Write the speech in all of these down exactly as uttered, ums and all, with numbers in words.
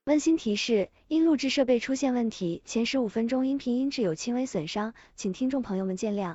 温馨提示：因录制设备出现问题，前十五分钟音频音质有轻微损伤，请听众朋友们见谅。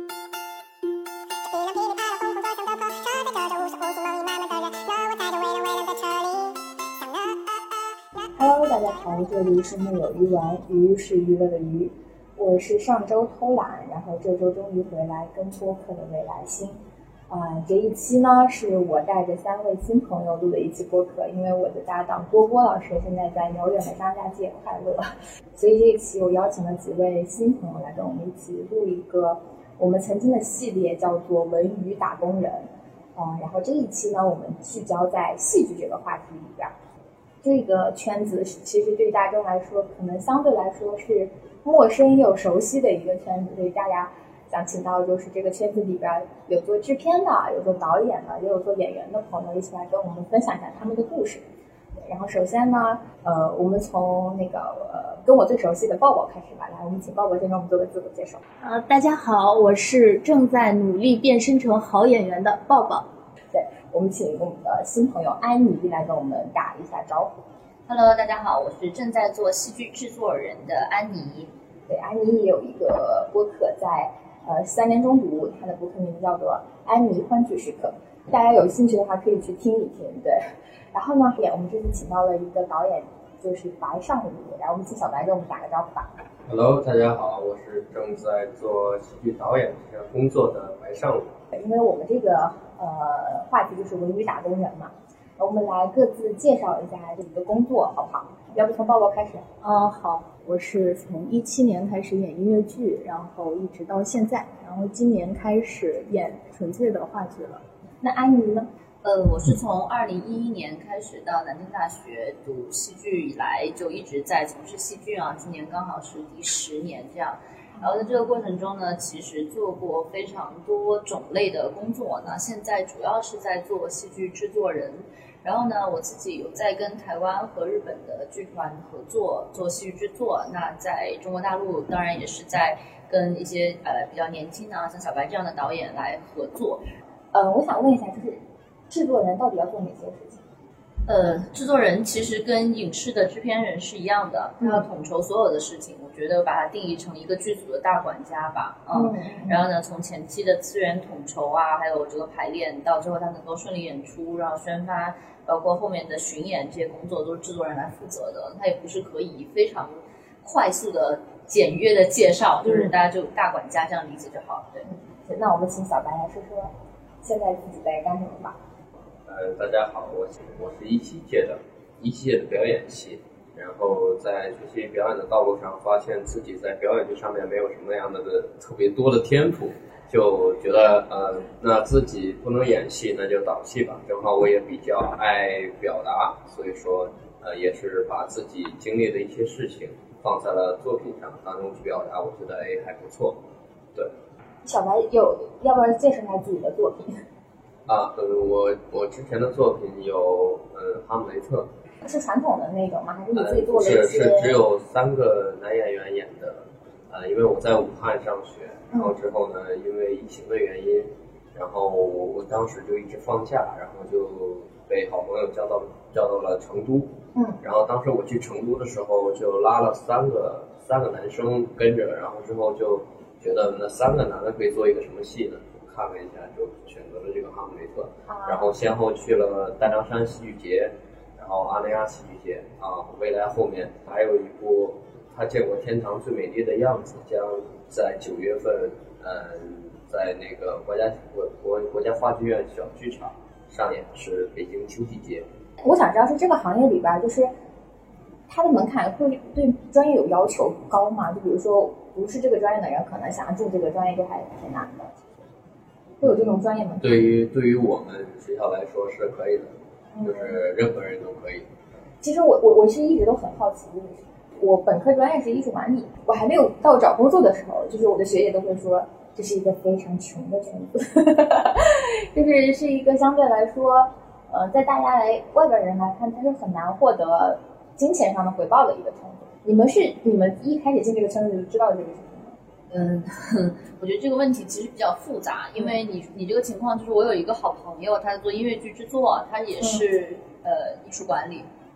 Hello， 大家好，这里是木有鱼丸，鱼是娱乐的鱼，我是上周偷懒，然后这周终于回来跟播客的未来星。啊、呃，这一期呢是我带着三位新朋友录的一期播客，因为我的搭档波波老师现在在遥远的张家界快乐，所以这一期我邀请了几位新朋友来跟我们一起录一个我们曾经的系列，叫做文娱打工人。啊、呃，然后这一期呢，我们聚焦在戏剧这个话题里边。这个圈子其实对大众来说，可能相对来说是陌生又熟悉的一个圈子，所以大家想请到就是这个圈子里边有做制片的，有做导演的，也有做演员的朋友一起来跟我们分享一下他们的故事。然后首先呢，呃，我们从那个呃跟我最熟悉的抱抱开始吧，来，我们请抱抱先给我们做个自我介绍。 呃，大家好，我是正在努力变身成好演员的抱抱。 对，我们请我们的新朋友安妮来跟我们打一下招呼。 Hello， 大家好，我是正在做戏剧制作人的安妮。 对，安妮也有一个播客在呃三联中读，她的播客名字叫做安妮欢聚时刻，大家有兴趣的话可以去听一听。对，然后呢，我们这次请到了一个导演，就是白尚宇，然后我们请小白给我们打个招呼吧。 Hello， 大家好，我是正在做戏剧导演这个工作的白尚宇。 因为我们这个呃话题就是文娱打工人嘛，我们来各自介绍一下自己的工作，好不好？要不从抱抱开始？ 哦，好，我是从一七年开始演音乐剧，然后一直到现在，然后今年开始演纯粹的话剧了。 那安妮呢？ 呃，我是从二零一一年开始到南京大学读戏剧以来，就一直在从事戏剧啊，今年刚好是第十年这样。然后在这个过程中呢，其实做过非常多种类的工作。那现在主要是在做戏剧制作人。然后呢，我自己有在跟台湾和日本的剧团合作做戏剧制作。那在中国大陆，当然也是在跟一些呃比较年轻啊，像小白这样的导演来合作。 呃，我想问一下，就是制作人到底要做哪些事情？ 呃，制作人其实跟影视的制片人是一样的，他要统筹所有的事情。我觉得把它定义成一个剧组的大管家吧，嗯，嗯然后呢，从前期的资源统筹啊，还有这个排练，到最后他能够顺利演出，然后宣发，包括后面的巡演这些工作都是制作人来负责的。他也不是可以非常快速的、简约的介绍，就是大家就大管家这样理解就好。对， 嗯、那我们请小白来说说现在自己在干什么吧。 呃，大家好，我是我是一七届的，一七届的表演系，然后在学习表演的道路上，发现自己在表演这上面没有什么样的特别多的天赋，就觉得呃，那自己不能演戏，那就导戏吧。正好我也比较爱表达，所以说呃，也是把自己经历的一些事情放在了作品上当中去表达，我觉得哎还不错。对， 小白有要不要介绍一下自己的作品？ 啊，呃，我我之前的作品有，呃，哈姆雷特， 是传统的那种吗？还是你自己做了一些？呃、是是是只有三个男演员演的，呃，因为我在武汉上学，然后之后呢，嗯、因为疫情的原因，然后我我当时就一直放假，然后就被好朋友叫到叫到了成都， 嗯， 然后当时我去成都的时候，就拉了三个三个男生跟着，然后之后就觉得那三个男的可以做一个什么戏呢？看了一下，就选择了这个哈姆雷特， 啊、 然后先后去了大凉山戏剧节，然后阿那亚戏剧节啊，未来后面还有一部他见过天堂最美丽的样子，将在九月份，嗯、呃，在那个国家国国国家话剧院小剧场上演，是北京秋季节。 我想知道是这个行业里边，就是它的门槛会对专业有要求高吗？就比如说不是这个专业的人，可能想要进这个专业就还挺难的。会有这种专业门槛？ 对于对于我们学校来说是可以的，嗯、就是任何人都可以。 其实我我我是一直都很好奇，我本科专业是艺术管理，我还没有到找工作的时候，就是我的学姐都会说这是一个非常穷的圈子，就是是一个相对来说，呃，在大家来外边人来看，它是很难获得金钱上的回报的一个圈子。你们是你们一开始进这个圈子就知道这个事情吗？ 嗯，我觉得这个问题其实比较复杂，因为你你这个情况就是我有一个好朋友，他做音乐剧制作，他也是、嗯、呃艺术管理，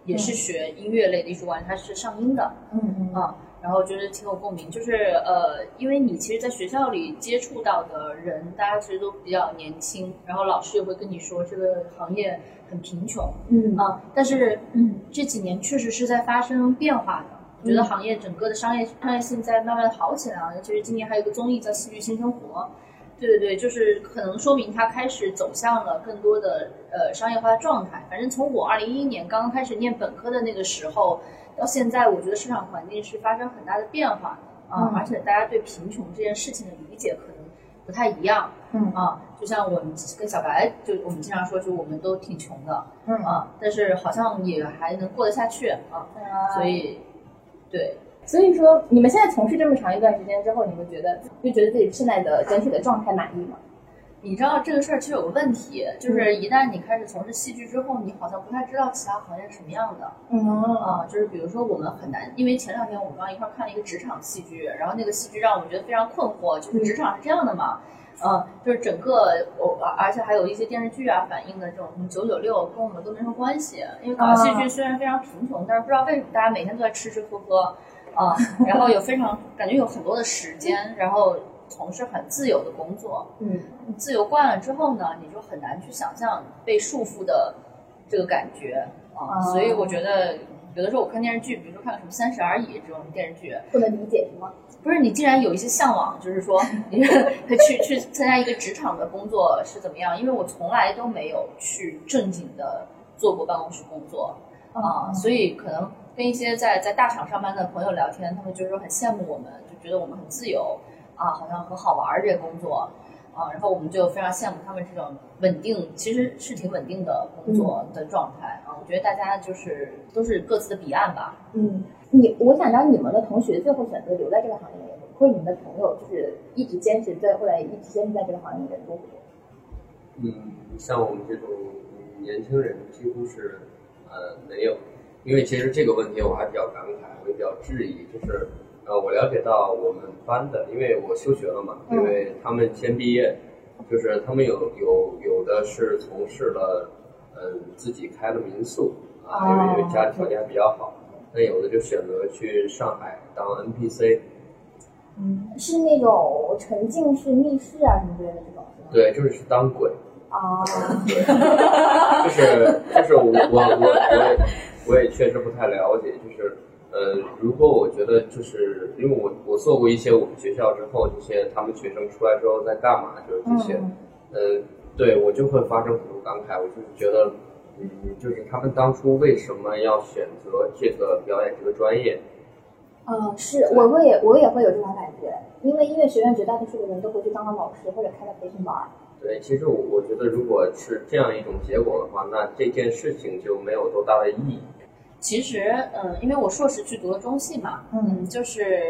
也是学音乐类的艺术管理，他是上音的， 嗯嗯啊，然后觉得挺有共鸣，就是呃，因为你其实，在学校里接触到的人，大家其实都比较年轻，然后老师也会跟你说这个行业很贫穷， 嗯啊，但是嗯，这几年确实是在发生变化的。我觉得行业整个的商业商业性在慢慢的好起来了，尤其是今年还有一个综艺叫《戏剧新生活》，对对对，就是可能说明它开始走向了更多的呃商业化的状态。反正从我二零一一年刚刚开始念本科的那个时候到现在，我觉得市场环境是发生很大的变化啊、呃嗯，而且大家对贫穷这件事情的理解可能不太一样， 嗯啊，就像我们跟小白，就我们经常说，就我们都挺穷的， 嗯啊，但是好像也还能过得下去啊， 嗯、 所以。对， 所以说你们现在从事这么长一段时间之后，你们觉得就觉得自己现在的整体的状态满意吗？ 你知道这个事儿其实有个问题，就是一旦你开始从事戏剧之后，你好像不太知道其他行业是什么样的。 嗯啊、呃，就是比如说我们很难，因为前两天我们刚一块看了一个职场戏剧，然后那个戏剧让我们觉得非常困惑，就是职场是这样的嘛？嗯、呃，就是整个我，而且还有一些电视剧啊反映的这种什么九九六跟我们都没什么关系，因为搞戏剧虽然非常贫穷，但是不知道为什么大家每天都在吃吃喝喝啊、呃，然后有非常感觉有很多的时间，然后从事很自由的工作。 嗯， 自由惯了之后呢，你就很难去想象被束缚的这个感觉啊、呃，所以我觉得有的时候我看电视剧，比如说看什么《三十而已》这种电视剧， 不能理解是吗？ 不是，你竟然有一些向往，就是说你去去参加一个职场的工作是怎么样？因为我从来都没有去正经的做过办公室工作啊、呃，所以可能跟一些在在大厂上班的朋友聊天，他们就是说很羡慕我们，就觉得我们很自由啊，好像很好玩这个工作啊，然后我们就非常羡慕他们这种稳定，其实是挺稳定的工作的状态啊。我觉得大家就是都是各自的彼岸吧。 嗯。你我想知道你们的同学最后选择留在这个行业里面，或者你们的朋友就是一直坚持在后来一直坚持在这个行业里面多不多？ 嗯，像我们这种年轻人几乎是呃没有，因为其实这个问题我还比较感慨，我也比较质疑，就是呃我了解到我们班的，因为我休学了嘛，因为他们先毕业，就是他们有有有的是从事了嗯、呃、自己开了民宿啊，因为因为家里条件还比较好。那有的就选择去上海当 N P C， 嗯，是那种沉浸式密室啊什么之类的这种，是吗？ 对，就是去当鬼啊， 对，就是就是我我我我也我也确实不太了解，就是呃，如果我觉得就是因为我我做过一些我们学校之后这些他们学生出来之后在干嘛，就是这些，嗯、呃，对我就会发生很多感慨，我就是觉得。嗯，就是他们当初为什么要选择这个表演这个专业？ 嗯，是我会也我也会有这种感觉，因为音乐学院绝大多数的人都会去当了老师或者开了培训班。 对，其实我我觉得如果是这样一种结果的话，那这件事情就没有多大的意义。 其实，嗯，因为我硕士去读了中戏嘛，嗯，就是，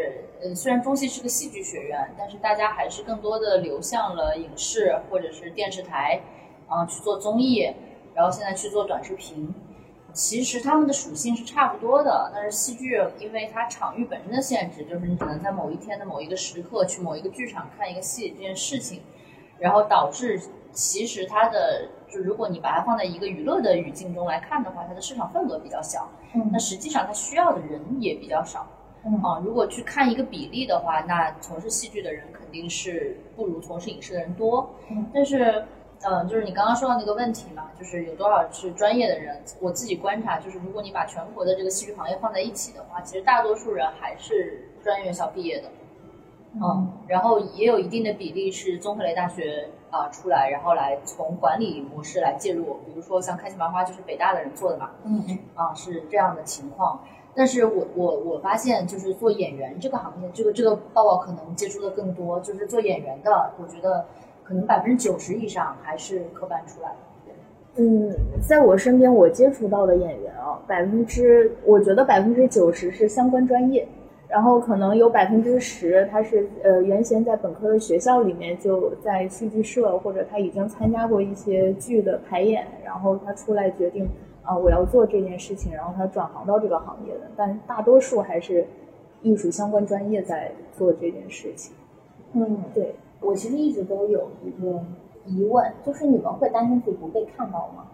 嗯，虽然中戏是个戏剧学院，但是大家还是更多的流向了影视或者是电视台，啊、呃，去做综艺。然后现在去做短视频，其实他们的属性是差不多的，但是戏剧因为它场域本身的限制，就是你只能在某一天的某一个时刻去某一个剧场看一个戏这件事情，然后导致其实它的就如果你把它放在一个娱乐的语境中来看的话，它的市场份额比较小，嗯，那实际上它需要的人也比较少，嗯啊，如果去看一个比例的话，那从事戏剧的人肯定是不如从事影视的人多，嗯，但是。嗯，就是你刚刚说到那个问题嘛，就是有多少是专业的人。我自己观察，就是如果你把全国的这个戏剧行业放在一起的话，其实大多数人还是专业院校毕业的。嗯，然后也有一定的比例是综合类大学啊、呃、出来，然后来从管理模式来介入，比如说像开心麻花就是北大的人做的嘛。嗯嗯，啊是这样的情况。但是我我我发现就是做演员这个行业，这个这个抱抱可能接触的更多，就是做演员的，我觉得。可能百分之九十以上还是科班出来的。 嗯，在我身边我接触到的演员啊，百分之我觉得百分之九十是相关专业，然后可能有百分之十他是呃原先在本科的学校里面就在戏剧社，或者他已经参加过一些剧的排演，然后他出来决定啊、呃、我要做这件事情，然后他转行到这个行业的，但大多数还是艺术相关专业在做这件事情。 嗯，对。我其实一直都有一个疑问，就是你们会担心自己不被看到吗？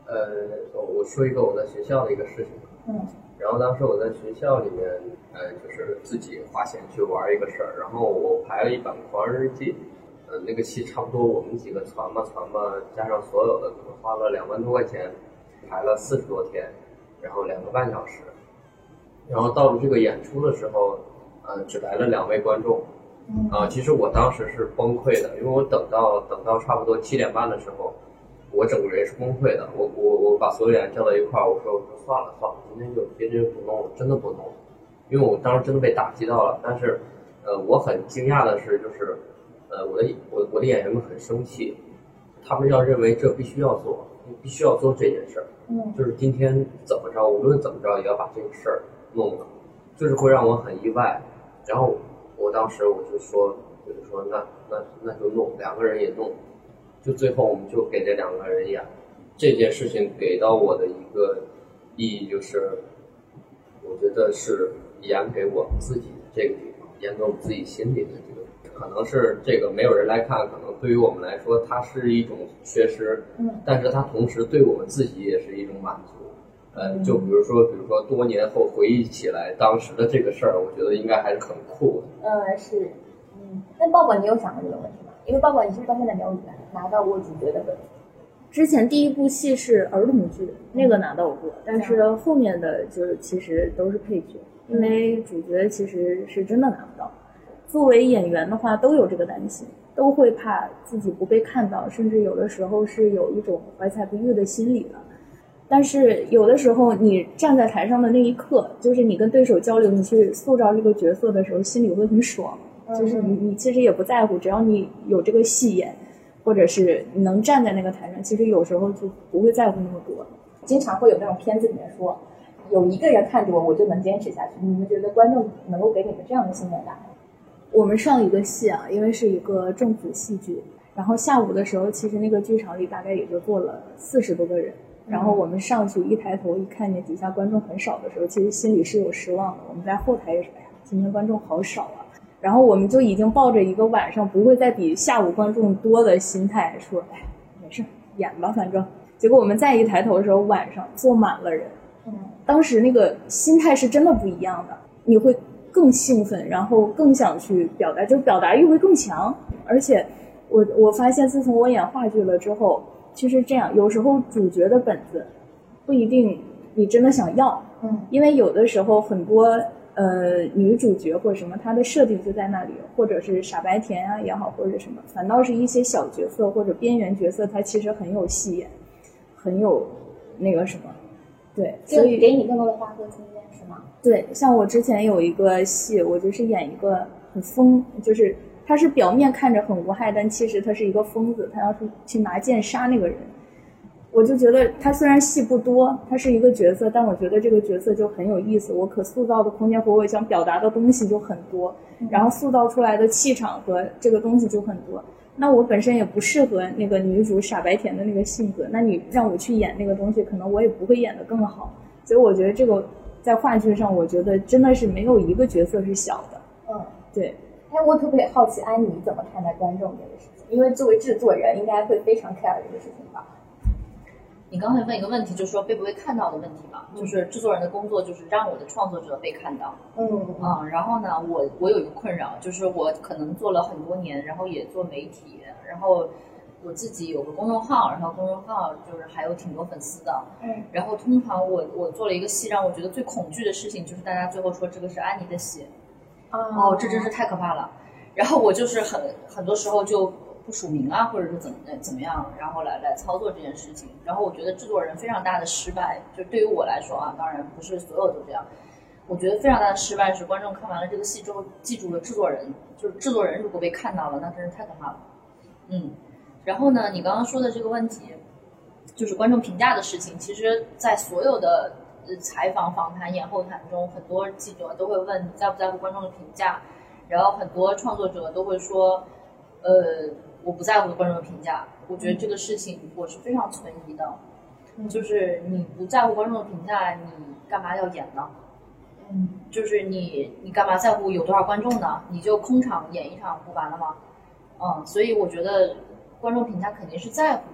呃，我说一个我在学校的一个事情。 嗯。 然后当时我在学校里面，呃，就是自己花钱去玩一个事儿，然后我排了一本狂人日记，呃，那个戏差不多我们几个团嘛团嘛，加上所有的，可能花了两万多块钱，排了四十多天，然后两个半小时，然后到了这个演出的时候，呃，只来了两位观众，啊、呃，其实我当时是崩溃的，因为我等到等到差不多七点半的时候。我整个人是崩溃的，我我我把所有人叫到一块儿，我说我说算了算了，今天就今天就不弄了，真的不弄了，因为我当时真的被打击到了。但是，呃，我很惊讶的是，就是，呃，我的我我的演员们很生气，他们要认为这必须要做，必须要做这件事儿， 嗯， 就是今天怎么着，无论怎么着也要把这个事儿弄了，就是会让我很意外。然后我当时我就说，我就说那那那就弄，两个人也弄。就最后我们就给这两个人演，这件事情给到我的一个意义就是，我觉得是演给我们自己的这个地方，演给我们自己心里的这个，可能是这个没有人来看，可能对于我们来说它是一种缺失， 嗯， 但是它同时对我们自己也是一种满足。呃，就比如说，比如说多年后回忆起来当时的这个事儿，我觉得应该还是很酷的。 嗯，是，嗯，那抱抱，你有想过这个问题吗？因为抱抱，你是不是到现在没有拿到过主角的本？ 之前第一部戏是儿童剧，那个拿到过，但是后面的就是其实都是配角，因为主角其实是真的拿不到。作为演员的话，都有这个担心，都会怕自己不被看到，甚至有的时候是有一种怀才不遇的心理的。但是有的时候你站在台上的那一刻，就是你跟对手交流，你去塑造这个角色的时候，心里会很爽。就是你，你其实也不在乎，只要你有这个戏演，或者是你能站在那个台上，其实有时候就不会在乎那么多。 经常会有那种片子里面说，有一个人看着我，我就能坚持下去。你们觉得观众能够给你们这样的信任感吗？ 我们上一个戏啊，因为是一个正子戏剧，然后下午的时候，其实那个剧场里大概也就坐了四十多个人。然后我们上去一抬头一看见底下观众很少的时候，其实心里是有失望的。我们在后台也说，哎呀，今天观众好少啊。然后我们就已经抱着一个晚上不会再比下午观众多的心态说，哎，没事演吧，反正。结果我们再一抬头的时候，晚上坐满了人。 嗯， 当时那个心态是真的不一样的，你会更兴奋，然后更想去表达，就表达欲会更强。而且我我发现自从我演话剧了之后，其实这样有时候主角的本子不一定你真的想要， 嗯， 因为有的时候很多呃女主角或者什么她的设定就在那里，或者是傻白甜啊也好，或者什么，反倒是一些小角色或者边缘角色，她其实很有戏演，很有那个什么，对，所以给你更多的发挥空间是吗？ 对，像我之前有一个戏，我就是演一个很疯，就是他是表面看着很无害，但其实他是一个疯子，他要是去拿剑杀那个人。我就觉得他虽然戏不多，他是一个角色，但我觉得这个角色就很有意思，我可塑造的空间和我想表达的东西就很多，然后塑造出来的气场和这个东西就很多。那我本身也不适合那个女主傻白甜的那个性格，那你让我去演那个东西，可能我也不会演得更好。所以我觉得这个在话剧上，我觉得真的是没有一个角色是小的。 嗯， 对。 哎，我特别好奇安妮怎么看待观众这个事情，因为作为制作人应该会非常 care 这个事情吧。 你刚才问一个问题，就是说被不被看到的问题嘛，嗯、就是制作人的工作就是让我的创作者被看到。 嗯啊、嗯，然后呢，我我有一个困扰，就是我可能做了很多年，然后也做媒体，然后我自己有个公众号，然后公众号就是还有挺多粉丝的。 嗯， 然后通常我我做了一个戏，让我觉得最恐惧的事情就是大家最后说这个是安妮的戏。哦，这真是太可怕了。然后我就是很很多时候就不署名啊，或者是怎么怎么样，然后来来操作这件事情。然后我觉得制作人非常大的失败，就对于我来说啊，当然不是所有都这样。我觉得非常大的失败是观众看完了这个戏之后记住了制作人，就是制作人如果被看到了，那真是太可怕了。嗯，然后呢，你刚刚说的这个问题，就是观众评价的事情，其实在所有的采访、访谈、演后谈中，很多记者都会问你在不在乎观众的评价，然后很多创作者都会说，呃，我不在乎观众的评价。我觉得这个事情我是非常存疑的，嗯、就是你不在乎观众的评价，你干嘛要演呢？ 嗯， 就是你你干嘛在乎有多少观众呢？你就空场演一场不完了吗？嗯，所以我觉得观众评价肯定是在乎的。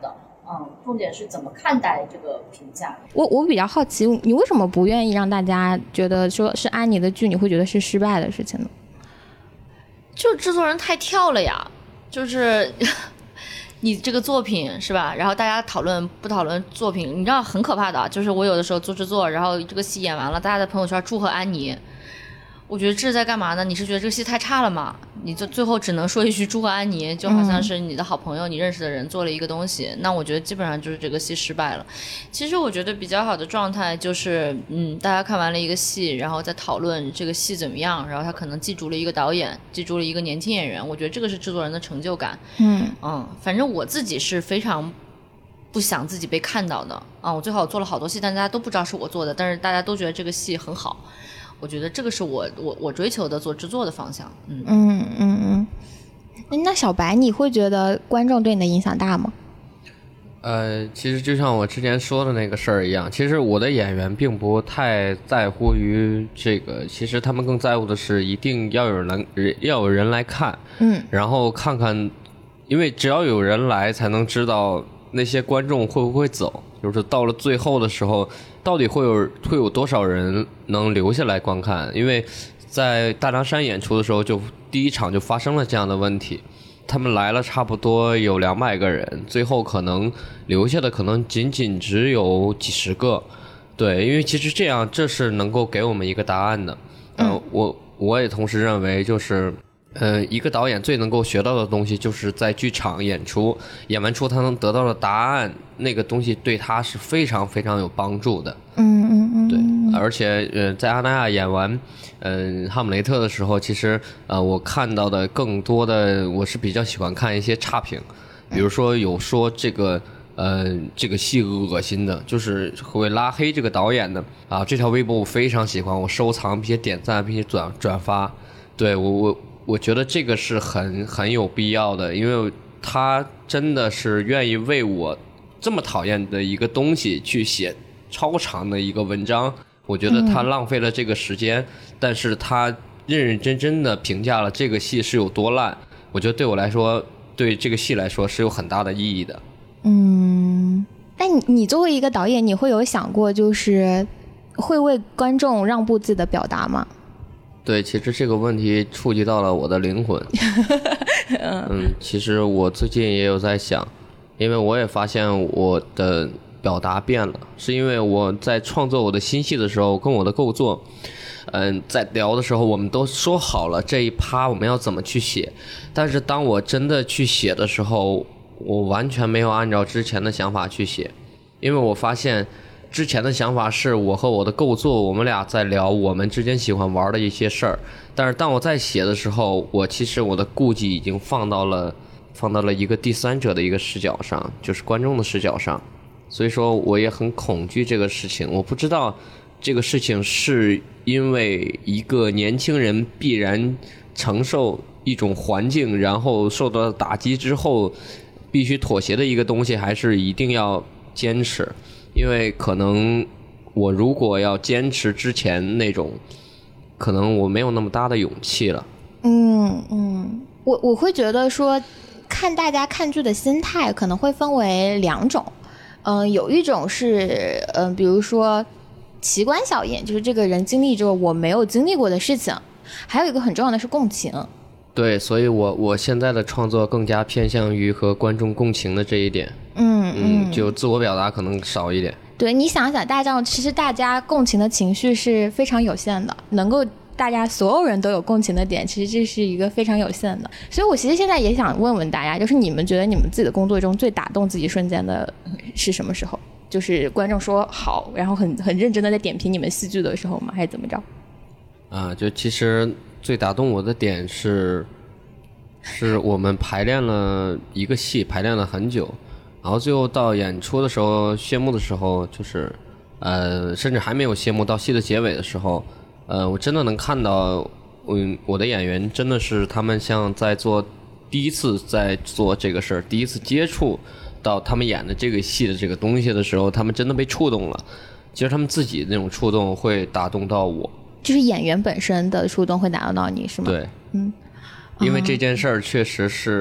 嗯，重点是怎么看待这个评价。 我我比较好奇，你为什么不愿意让大家觉得说是安妮的剧，你会觉得是失败的事情呢？ 就制作人太跳了呀，就是你这个作品是吧？然后大家讨论不讨论作品，你知道很可怕的，就是我有的时候做制作，然后这个戏演完了，大家在朋友圈祝贺安妮。我觉得这是在干嘛呢？你是觉得这个戏太差了吗？你就最后只能说一句祝贺安妮，就好像是你的好朋友、你认识的人做了一个东西，那我觉得基本上就是这个戏失败了。其实我觉得比较好的状态就是，嗯，大家看完了一个戏，然后再讨论这个戏怎么样，然后他可能记住了一个导演，记住了一个年轻演员，我觉得这个是制作人的成就感。 嗯嗯，反正我自己是非常不想自己被看到的啊！我最好做了好多戏，但大家都不知道是我做的，但是大家都觉得这个戏很好。我觉得这个是我我我追求的做制作的方向。嗯嗯嗯嗯。那小白，你会觉得观众对你的影响大吗？ 呃，其实就像我之前说的那个事儿一样，其实我的演员并不太在乎于这个，其实他们更在乎的是一定要有人要有人来看， 嗯， 然后看看，因为只要有人来，才能知道那些观众会不会走，就是到了最后的时候，到底会有会有多少人能留下来观看？因为在大凉山演出的时候，就第一场就发生了这样的问题。他们来了差不多有两百个人，最后可能留下的可能仅仅只有几十个。对，因为其实这样这是能够给我们一个答案的。嗯、呃，我我也同时认为就是。呃，一个导演最能够学到的东西，就是在剧场演出，演完出他能得到的答案，那个东西对他是非常非常有帮助的。 嗯嗯嗯， 对，而且呃，在阿那亚演完嗯、呃、哈姆雷特的时候，其实呃我看到的更多的，我是比较喜欢看一些差评，比如说有说这个呃这个戏恶心的，就是会拉黑这个导演的啊，这条微博我非常喜欢，我收藏并且点赞并且转转发，对我我。我觉得这个是很很有必要的，因为他真的是愿意为我这么讨厌的一个东西去写超长的一个文章。我觉得他浪费了这个时间，嗯、但是他认认真真的评价了这个戏是有多烂。我觉得对我来说，对这个戏来说是有很大的意义的。 嗯，但你你作为一个导演，你会有想过就是会为观众让步自己的表达吗？ 对，其实这个问题触及到了我的灵魂。嗯，其实我最近也有在想，因为我也发现我的表达变了，是因为我在创作我的新戏的时候，跟我的构作，嗯，在聊的时候，我们都说好了这一趴我们要怎么去写，但是当我真的去写的时候，我完全没有按照之前的想法去写，因为我发现。之前的想法是我和我的构作，我们俩在聊我们之间喜欢玩的一些事儿，但是当我在写的时候，我其实我的顾忌已经放到了放到了一个第三者的一个视角上，就是观众的视角上，所以说我也很恐惧这个事情。我不知道这个事情是因为一个年轻人必然承受一种环境，然后受到打击之后必须妥协的一个东西，还是一定要坚持。因为可能我如果要坚持之前那种，可能我没有那么大的勇气了。 嗯嗯，我我会觉得说，看大家看剧的心态可能会分为两种。嗯、呃，有一种是嗯、呃，比如说奇观效应，就是这个人经历着我没有经历过的事情；还有一个很重要的是共情。 对，所以我我现在的创作更加偏向于和观众共情的这一点。 嗯嗯，就自我表达可能少一点。 对，你想想，大家其实大家共情的情绪是非常有限的，能够大家所有人都有共情的点，其实这是一个非常有限的。所以我其实现在也想问问大家，就是你们觉得你们自己的工作中最打动自己瞬间的是什么时候？就是观众说好，然后很很认真的在点评你们戏剧的时候吗？还是怎么着？ 啊，就其实最打动我的点是，是我们排练了一个戏，排练了很久。然后最后到演出的时候，谢幕的时候，就是呃，甚至还没有谢幕，到戏的结尾的时候，呃，我真的能看到，嗯，我的演员真的是他们像在做第一次在做这个事儿，第一次接触到他们演的这个戏的这个东西的时候，他们真的被触动了。其实他们自己那种触动会打动到我， 就是演员本身的触动会打动到你，是吗？ 对， 嗯， 因为这件事儿确实是。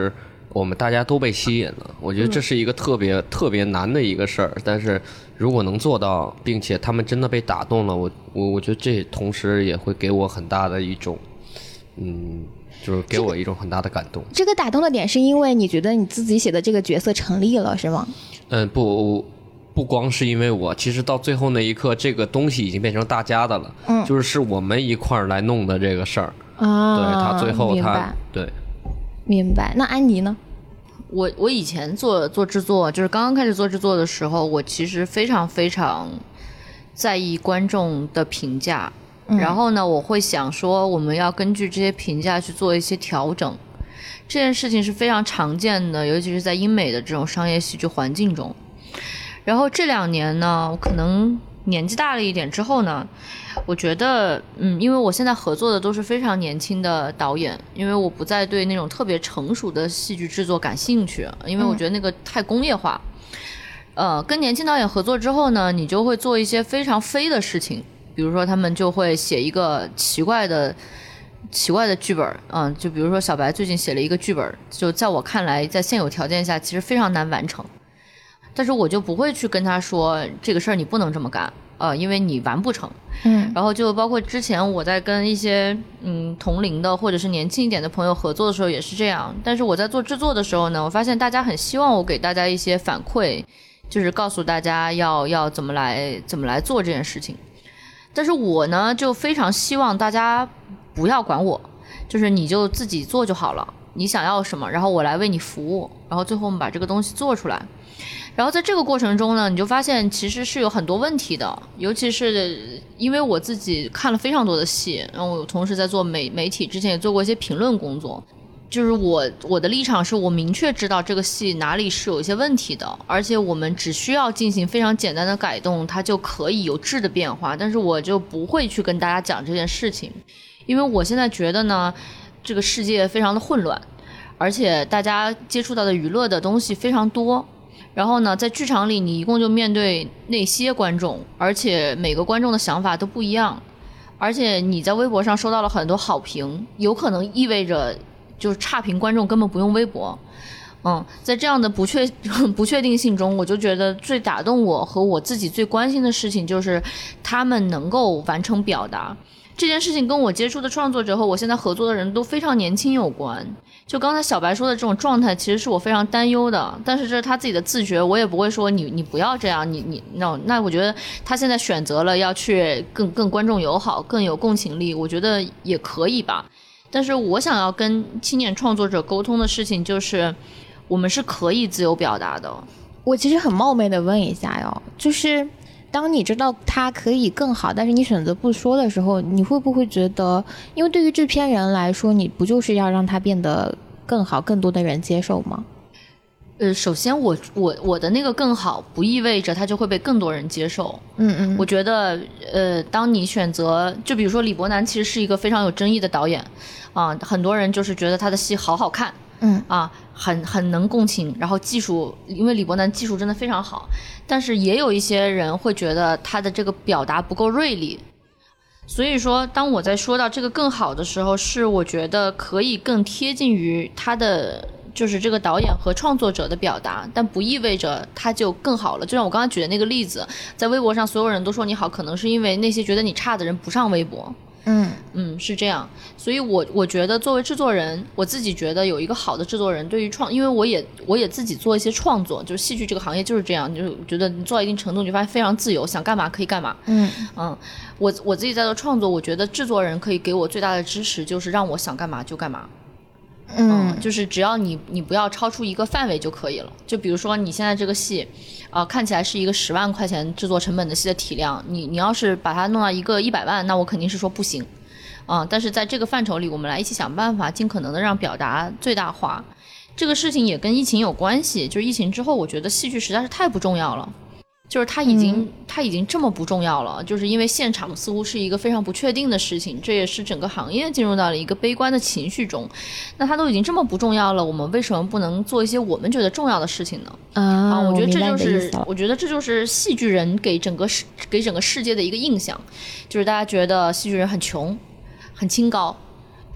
我们大家都被吸引了。我觉得这是一个特别、嗯、特别难的一个事儿，但是如果能做到，并且他们真的被打动了，我我我觉得这同时也会给我很大的一种，嗯，就是给我一种很大的感动。 这个打动的点是因为你觉得你自己写的这个角色成立了，是吗？ 嗯，不。不光是因为我，其实到最后那一刻，这个东西已经变成大家的了，嗯，就是是我们一块儿来弄的这个事儿啊。对，他最后他对， 明白。那安妮呢？ 我我以前做做制作，就是刚刚开始做制作的时候，我其实非常非常在意观众的评价，嗯、然后呢，我会想说，我们要根据这些评价去做一些调整。这件事情是非常常见的，尤其是在英美的这种商业戏剧环境中。然后这两年呢，我可能年纪大了一点之后呢，我觉得，嗯，因为我现在合作的都是非常年轻的导演，因为我不再对那种特别成熟的戏剧制作感兴趣，因为我觉得那个太工业化。嗯、呃，跟年轻导演合作之后呢，你就会做一些非常飞的事情，比如说他们就会写一个奇怪的。奇怪的剧本，嗯，就比如说小白最近写了一个剧本，就在我看来，在现有条件下，其实非常难完成。但是我就不会去跟他说这个事儿你不能这么干，呃，因为你完不成。嗯，然后就包括之前我在跟一些嗯同龄的或者是年轻一点的朋友合作的时候也是这样。但是我在做制作的时候呢，我发现大家很希望我给大家一些反馈，就是告诉大家要要怎么来怎么来做这件事情。但是我呢，就非常希望大家不要管我，就是你就自己做就好了，你想要什么，然后我来为你服务，然后最后我们把这个东西做出来。然后在这个过程中呢，你就发现其实是有很多问题的，尤其是因为我自己看了非常多的戏，然后我同时在做媒媒体，之前也做过一些评论工作。就是我我的立场是我明确知道这个戏哪里是有一些问题的，而且我们只需要进行非常简单的改动，它就可以有质的变化，但是我就不会去跟大家讲这件事情。因为我现在觉得呢，这个世界非常的混乱，而且大家接触到的娱乐的东西非常多，然后呢，在剧场里你一共就面对那些观众，而且每个观众的想法都不一样，而且你在微博上收到了很多好评，有可能意味着就是差评观众根本不用微博。嗯，在这样的不确不确定性中，我就觉得最打动我和我自己最关心的事情就是他们能够完成表达。这件事情跟我接触的创作者和我现在合作的人都非常年轻有关。就刚才小白说的这种状态，其实是我非常担忧的，但是这是他自己的自觉，我也不会说你你不要这样，你你那那我觉得他现在选择了要去更更观众友好，更有共情力，我觉得也可以吧。但是我想要跟青年创作者沟通的事情就是，我们是可以自由表达的。 我其实很冒昧的问一下哟，就是当你知道它可以更好，但是你选择不说的时候，你会不会觉得，因为对于制片人来说，你不就是要让它变得更好，更多的人接受吗？ 呃，首先我我我的那个更好，不意味着它就会被更多人接受。 嗯嗯， 我觉得，呃，当你选择，就比如说李伯南，其实是一个非常有争议的导演，啊、呃，很多人就是觉得他的戏好好看， 嗯啊，很很能共情，然后技术，因为李伯南技术真的非常好，但是也有一些人会觉得他的这个表达不够锐利。所以说，当我在说到这个更好的时候，是我觉得可以更贴近于他的。就是这个导演和创作者的表达，但不意味着他就更好了。就像我刚才举的那个例子，在微博上所有人都说你好，可能是因为那些觉得你差的人不上微博。 嗯嗯，是这样。所以我我觉得作为制作人，我自己觉得有一个好的制作人对于创，因为我也我也自己做一些创作，就是戏剧这个行业就是这样，就是觉得你做到一定程度，你就发现非常自由，想干嘛可以干嘛。 嗯嗯，我我自己在做创作，我觉得制作人可以给我最大的支持，就是让我想干嘛就干嘛。嗯，就是只要你你不要超出一个范围就可以了。就比如说你现在这个戏，啊、呃，看起来是一个十万块钱制作成本的戏的体量，你你要是把它弄到一个一百万，那我肯定是说不行，啊、呃，但是在这个范畴里，我们来一起想办法，尽可能的让表达最大化。这个事情也跟疫情有关系，就是疫情之后，我觉得戏剧实在是太不重要了。就是它已经、嗯、它已经这么不重要了，就是因为现场似乎是一个非常不确定的事情，这也是整个行业进入到了一个悲观的情绪中。那它都已经这么不重要了，我们为什么不能做一些我们觉得重要的事情呢？ 啊， 啊我觉得这就是我，我觉得这就是戏剧人给整个世给整个世界的一个印象，就是大家觉得戏剧人很穷、很清高。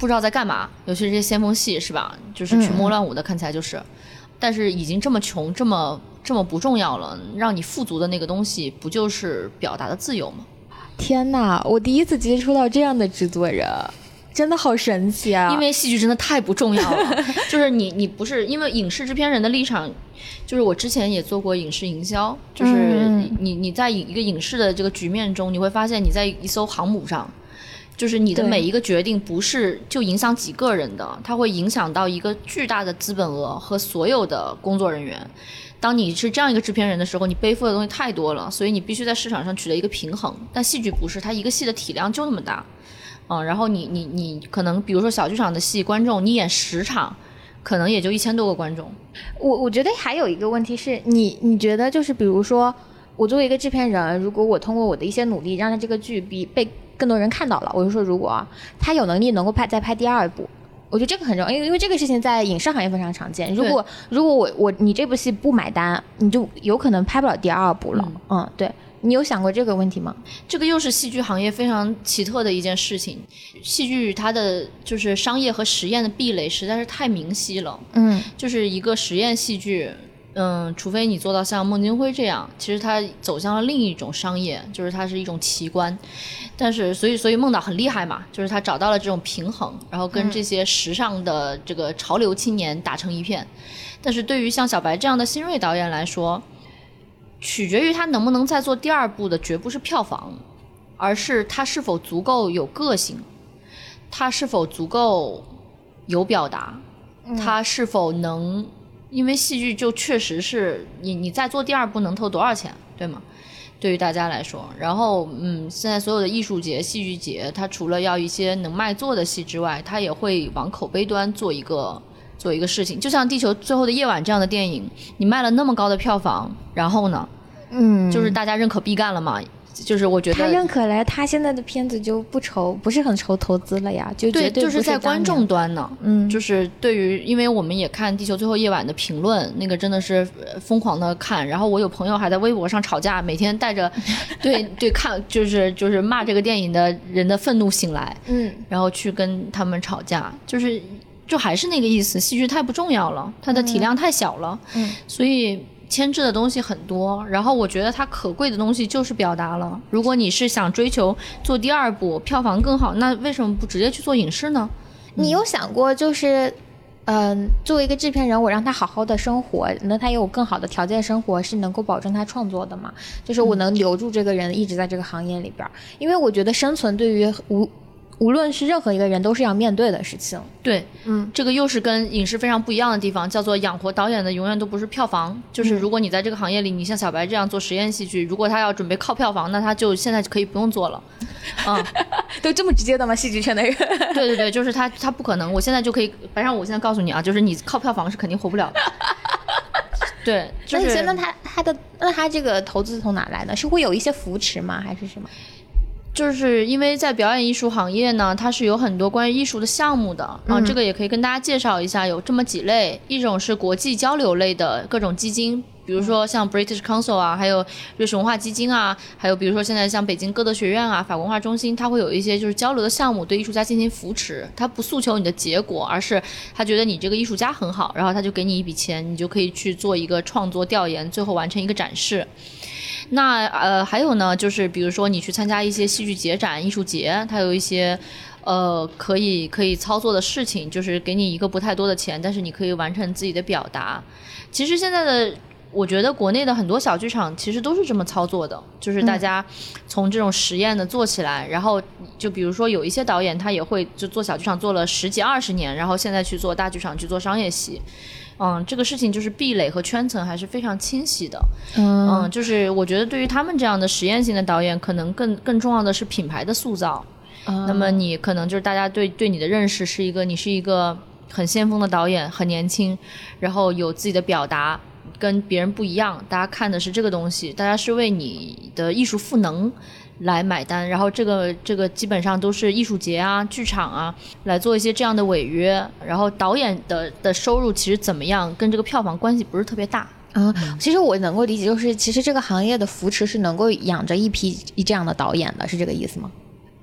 不知道在干嘛，尤其是这些先锋戏是吧，就是群魔乱舞的，看起来就是、嗯、但是已经这么穷这么这么不重要了，让你富足的那个东西不就是表达的自由吗？ 天哪，我第一次接触到这样的制作人，真的好神奇啊！ 因为戏剧真的太不重要了，就是你你不是因为影视制片人的立场，就是我之前也做过影视营销，就是你你在一个影视的这个局面中，你会发现你在一艘航母上，就是你的每一个决定不是就影响几个人的，它会影响到一个巨大的资本额和所有的工作人员。当你是这样一个制片人的时候，你背负的东西太多了，所以你必须在市场上取得一个平衡。但戏剧不是，它一个戏的体量就那么大，嗯，然后你你你可能比如说小剧场的戏，观众你演十场，可能也就一千多个观众。 我我觉得还有一个问题是你你觉得就是比如说我作为一个制片人，如果我通过我的一些努力让他这个剧比被更多人看到了，我就说如果他有能力能够拍再拍第二部。我觉得这个很重要，因为因为这个事情在影视行业非常常见。如果如果我我你这部戏不买单，你就有可能拍不了第二部了。嗯, 嗯，对，你有想过这个问题吗？ 这个又是戏剧行业非常奇特的一件事情。戏剧它的就是商业和实验的壁垒实在是太明晰了。嗯，就是一个实验戏剧。嗯，除非你做到像孟京辉这样，其实他走向了另一种商业，就是它是一种奇观。但是，所以所以孟导很厉害嘛，就是他找到了这种平衡，然后跟这些时尚的这个潮流青年打成一片。但是对于像小白这样的新锐导演来说，取决于他能不能再做第二部的，绝不是票房，而是他是否足够有个性，他是否足够有表达，他是否能。因为戏剧就确实是你你再做第二部能投多少钱，对吗？对于大家来说，然后嗯，现在所有的艺术节、戏剧节，它除了要一些能卖座的戏之外，它也会往口碑端做一个做一个事情。就像《地球最后的夜晚》这样的电影，你卖了那么高的票房，然后呢，嗯，就是大家认可必干了嘛。就是我觉得他认可了，他现在的片子就不愁，不是很愁投资了呀，就绝对就是在观众端呢。 嗯， 就是对于，因为我们也看《地球最后夜晚》的评论，那个真的是疯狂的看。然后我有朋友还在微博上吵架，每天带着对对看就是就是骂这个电影的人的愤怒醒来，嗯，然后去跟他们吵架，就是就还是那个意思，戏剧太不重要了，它的体量太小了，嗯，所以。牵制的东西很多，然后我觉得它可贵的东西就是表达了。如果你是想追求做第二部票房更好，那为什么不直接去做影视呢？ 你有想过就是嗯、呃，作为一个制片人，我让他好好的生活，那他有更好的条件生活，是能够保证他创作的吗？就是我能留住这个人一直在这个行业里边，因为我觉得生存对于无无论是任何一个人都是要面对的事情。 对，嗯，这个又是跟影视非常不一样的地方，叫做养活导演的永远都不是票房。就是如果你在这个行业里，你像小白这样做实验戏剧，如果他要准备靠票房，那他就现在可以不用做了。嗯， 都这么直接的吗？戏剧圈的人？ 对对对，就是他，他不可能。我现在就可以，白上我现在告诉你啊，就是你靠票房是肯定活不了的。对，就是。 那他他的那他这个投资从哪来呢？是会有一些扶持吗？还是什么？ 就是因为在表演艺术行业呢，它是有很多关于艺术的项目的，嗯、啊，这个也可以跟大家介绍一下，有这么几类，一种是国际交流类的各种基金，比如说像 British Council 啊，还有瑞士文化基金啊，还有比如说现在像北京歌德学院啊、法国文化中心，它会有一些就是交流的项目，对艺术家进行扶持，它不诉求你的结果，而是他觉得你这个艺术家很好，然后他就给你一笔钱，你就可以去做一个创作调研，最后完成一个展示。那呃还有呢，就是比如说你去参加一些戏剧节展、艺术节，它有一些呃可以可以操作的事情，就是给你一个不太多的钱，但是你可以完成自己的表达。其实现在的我觉得国内的很多小剧场其实都是这么操作的，就是大家从这种实验的做起来，嗯、然后就比如说有一些导演他也会就做小剧场做了十几二十年，然后现在去做大剧场去做商业戏。嗯，这个事情就是壁垒和圈层还是非常清晰的。嗯, 嗯，就是我觉得对于他们这样的实验性的导演，可能更更重要的是品牌的塑造。嗯、那么你可能就是大家对对你的认识是一个，你是一个很先锋的导演，很年轻，然后有自己的表达，跟别人不一样，大家看的是这个东西，大家是为你的艺术赋能来买单，然后这个这个基本上都是艺术节啊、剧场啊来做一些这样的违约，然后导演的的收入其实怎么样，跟这个票房关系不是特别大啊。嗯、其实我能够理解，就是其实这个行业的扶持是能够养着一批这样的导演的，是这个意思吗？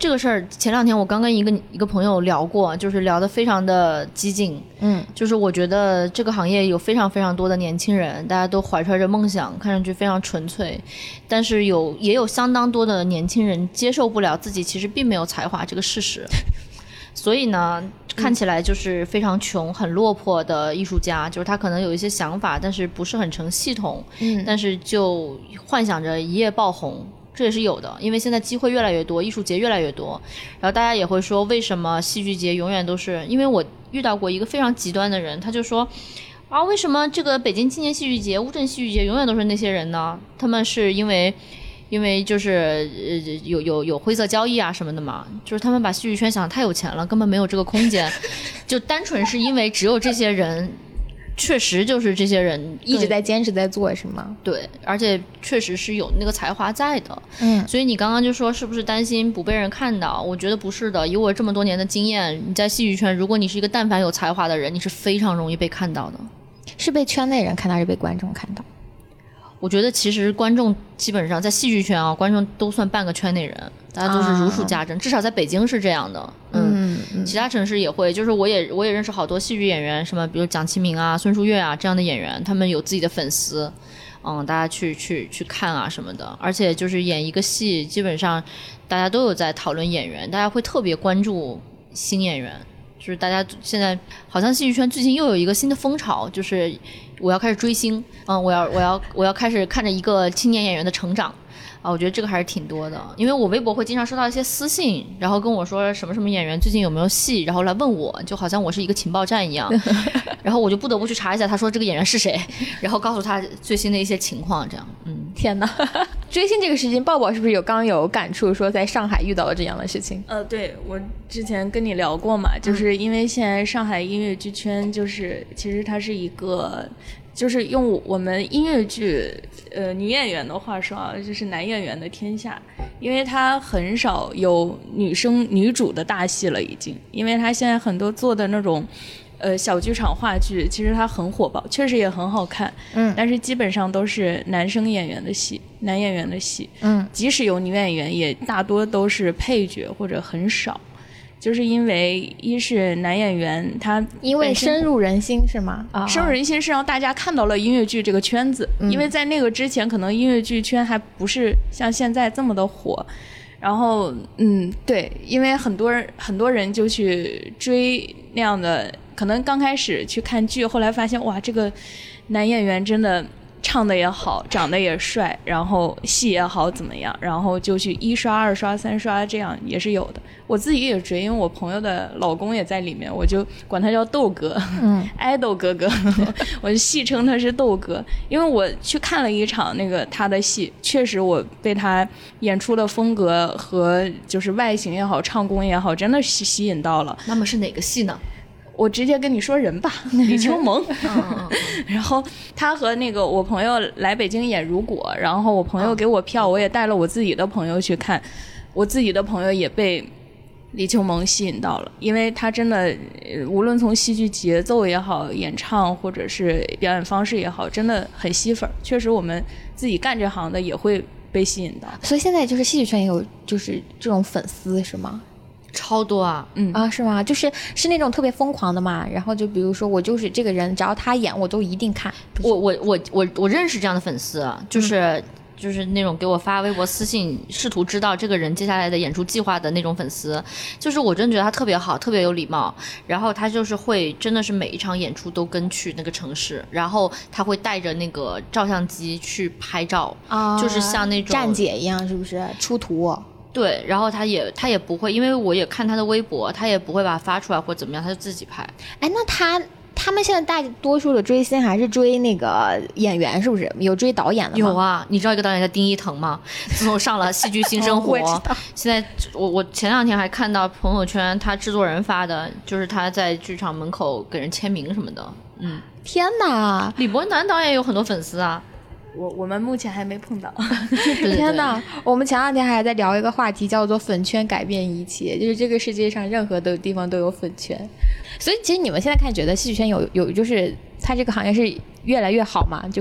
这个事儿前两天我刚跟一个一个朋友聊过，就是聊得非常的激进。 嗯， 就是我觉得这个行业有非常非常多的年轻人，大家都怀揣着梦想，看上去非常纯粹，但是有也有相当多的年轻人接受不了自己其实并没有才华这个事实。所以呢，看起来就是非常穷、很落魄的艺术家，就是他可能有一些想法，但是不是很成系统， 嗯， 但是就幻想着一夜爆红。这也是有的，因为现在机会越来越多，艺术节越来越多，然后大家也会说为什么戏剧节永远都是，因为我遇到过一个非常极端的人，他就说啊，为什么这个北京青年戏剧节、乌镇戏剧节永远都是那些人呢？他们是因为因为就是呃有有有灰色交易啊什么的嘛，就是他们把戏剧圈想得太有钱了，根本没有这个空间，就单纯是因为只有这些人。确实就是这些人一直在坚持在做，是吗？ 对，而且确实是有那个才华在的。 嗯， 所以你刚刚就说是不是担心不被人看到？我觉得不是的，以我这么多年的经验，你在戏剧圈，如果你是一个但凡有才华的人，你是非常容易被看到的。 是被圈内人看到，还是被观众看到？ 我觉得其实观众基本上在戏剧圈啊，观众都算半个圈内人，大家都是如数家珍，啊、至少在北京是这样的。嗯，嗯其他城市也会，就是我也我也认识好多戏剧演员，什么比如蒋奇明啊、孙淑月啊这样的演员，他们有自己的粉丝，嗯，大家去去去看啊什么的。而且就是演一个戏，基本上大家都有在讨论演员，大家会特别关注新演员。就是大家现在好像戏剧圈最近又有一个新的风潮，就是我要开始追星，嗯，我要我要我要开始看着一个青年演员的成长啊，我觉得这个还是挺多的。因为我微博会经常收到一些私信，然后跟我说什么什么演员最近有没有戏，然后来问我，就好像我是一个情报站一样，然后我就不得不去查一下他说这个演员是谁，然后告诉他最新的一些情况，这样。嗯， 天哪，追星这个事情，抱抱是不是有刚有感触，说在上海遇到了这样的事情？ 呃，对，我之前跟你聊过嘛，就是因为现在上海音乐剧圈，就是其实它是一个。就是用我们音乐剧呃女演员的话说啊，就是男演员的天下，因为他很少有女生女主的大戏了已经，因为他现在很多做的那种呃小剧场话剧，其实它很火爆，确实也很好看，嗯，但是基本上都是男生演员的戏，男演员的戏，嗯，即使有女演员，也大多都是配角或者很少。就是因为一是男演员他因为深入人心是吗？ 啊，深入人心是让大家看到了音乐剧这个圈子，嗯、因为在那个之前可能音乐剧圈还不是像现在这么的火，然后嗯对，因为很多人很多人就去追那样的，可能刚开始去看剧，后来发现哇这个男演员真的。唱的也好，长得也帅，然后戏也好，怎么样？然后就去一刷、二刷、三刷，这样也是有的。我自己也追，因为我朋友的老公也在里面，我就管他叫豆哥，嗯，爱豆哥哥，我就戏称他是豆哥。因为我去看了一场那个他的戏，确实我被他演出的风格和就是外形也好，唱功也好，真的是吸引到了。 那么是哪个戏呢？ 我直接跟你说人吧，李秋萌。然后他和那个我朋友来北京演如果，然后我朋友给我票，我也带了我自己的朋友去看，我自己的朋友也被李秋萌吸引到了，因为他真的无论从戏剧节奏也好，演唱或者是表演方式也好，真的很吸粉。确实我们自己干这行的也会被吸引到。 所以现在就是戏剧圈也有就是这种粉丝是吗？ 超多啊， 嗯啊是吗？就是是那种特别疯狂的嘛。然后就比如说我就是这个人，只要他演我都一定看。 我我我我我认识这样的粉丝，就是、嗯、就是那种给我发微博私信，试图知道这个人接下来的演出计划的那种粉丝。就是我真的觉得他特别好，特别有礼貌。然后他就是会真的是每一场演出都跟去那个城市，然后他会带着那个照相机去拍照，啊、就是像那种站姐一样，是不是出图？ 对，然后他也他也不会，因为我也看他的微博，他也不会把它发出来或怎么样，他就自己拍。 哎，那他他们现在大多数的追星还是追那个演员，是不是？有追导演的吗？ 有啊，你知道一个导演叫丁一腾吗？自从上了《戏剧新生活》哦，现在我我前两天还看到朋友圈他制作人发的，就是他在剧场门口给人签名什么的。嗯， 天哪， 李伯南导演有很多粉丝啊。 我我们目前还没碰到。 天哪，我们前两天还在聊一个话题，叫做粉圈改变一切，就是这个世界上任何的地方都有粉圈。所以其实你们现在看觉得戏剧圈有有就是它这个行业是越来越好嘛，就是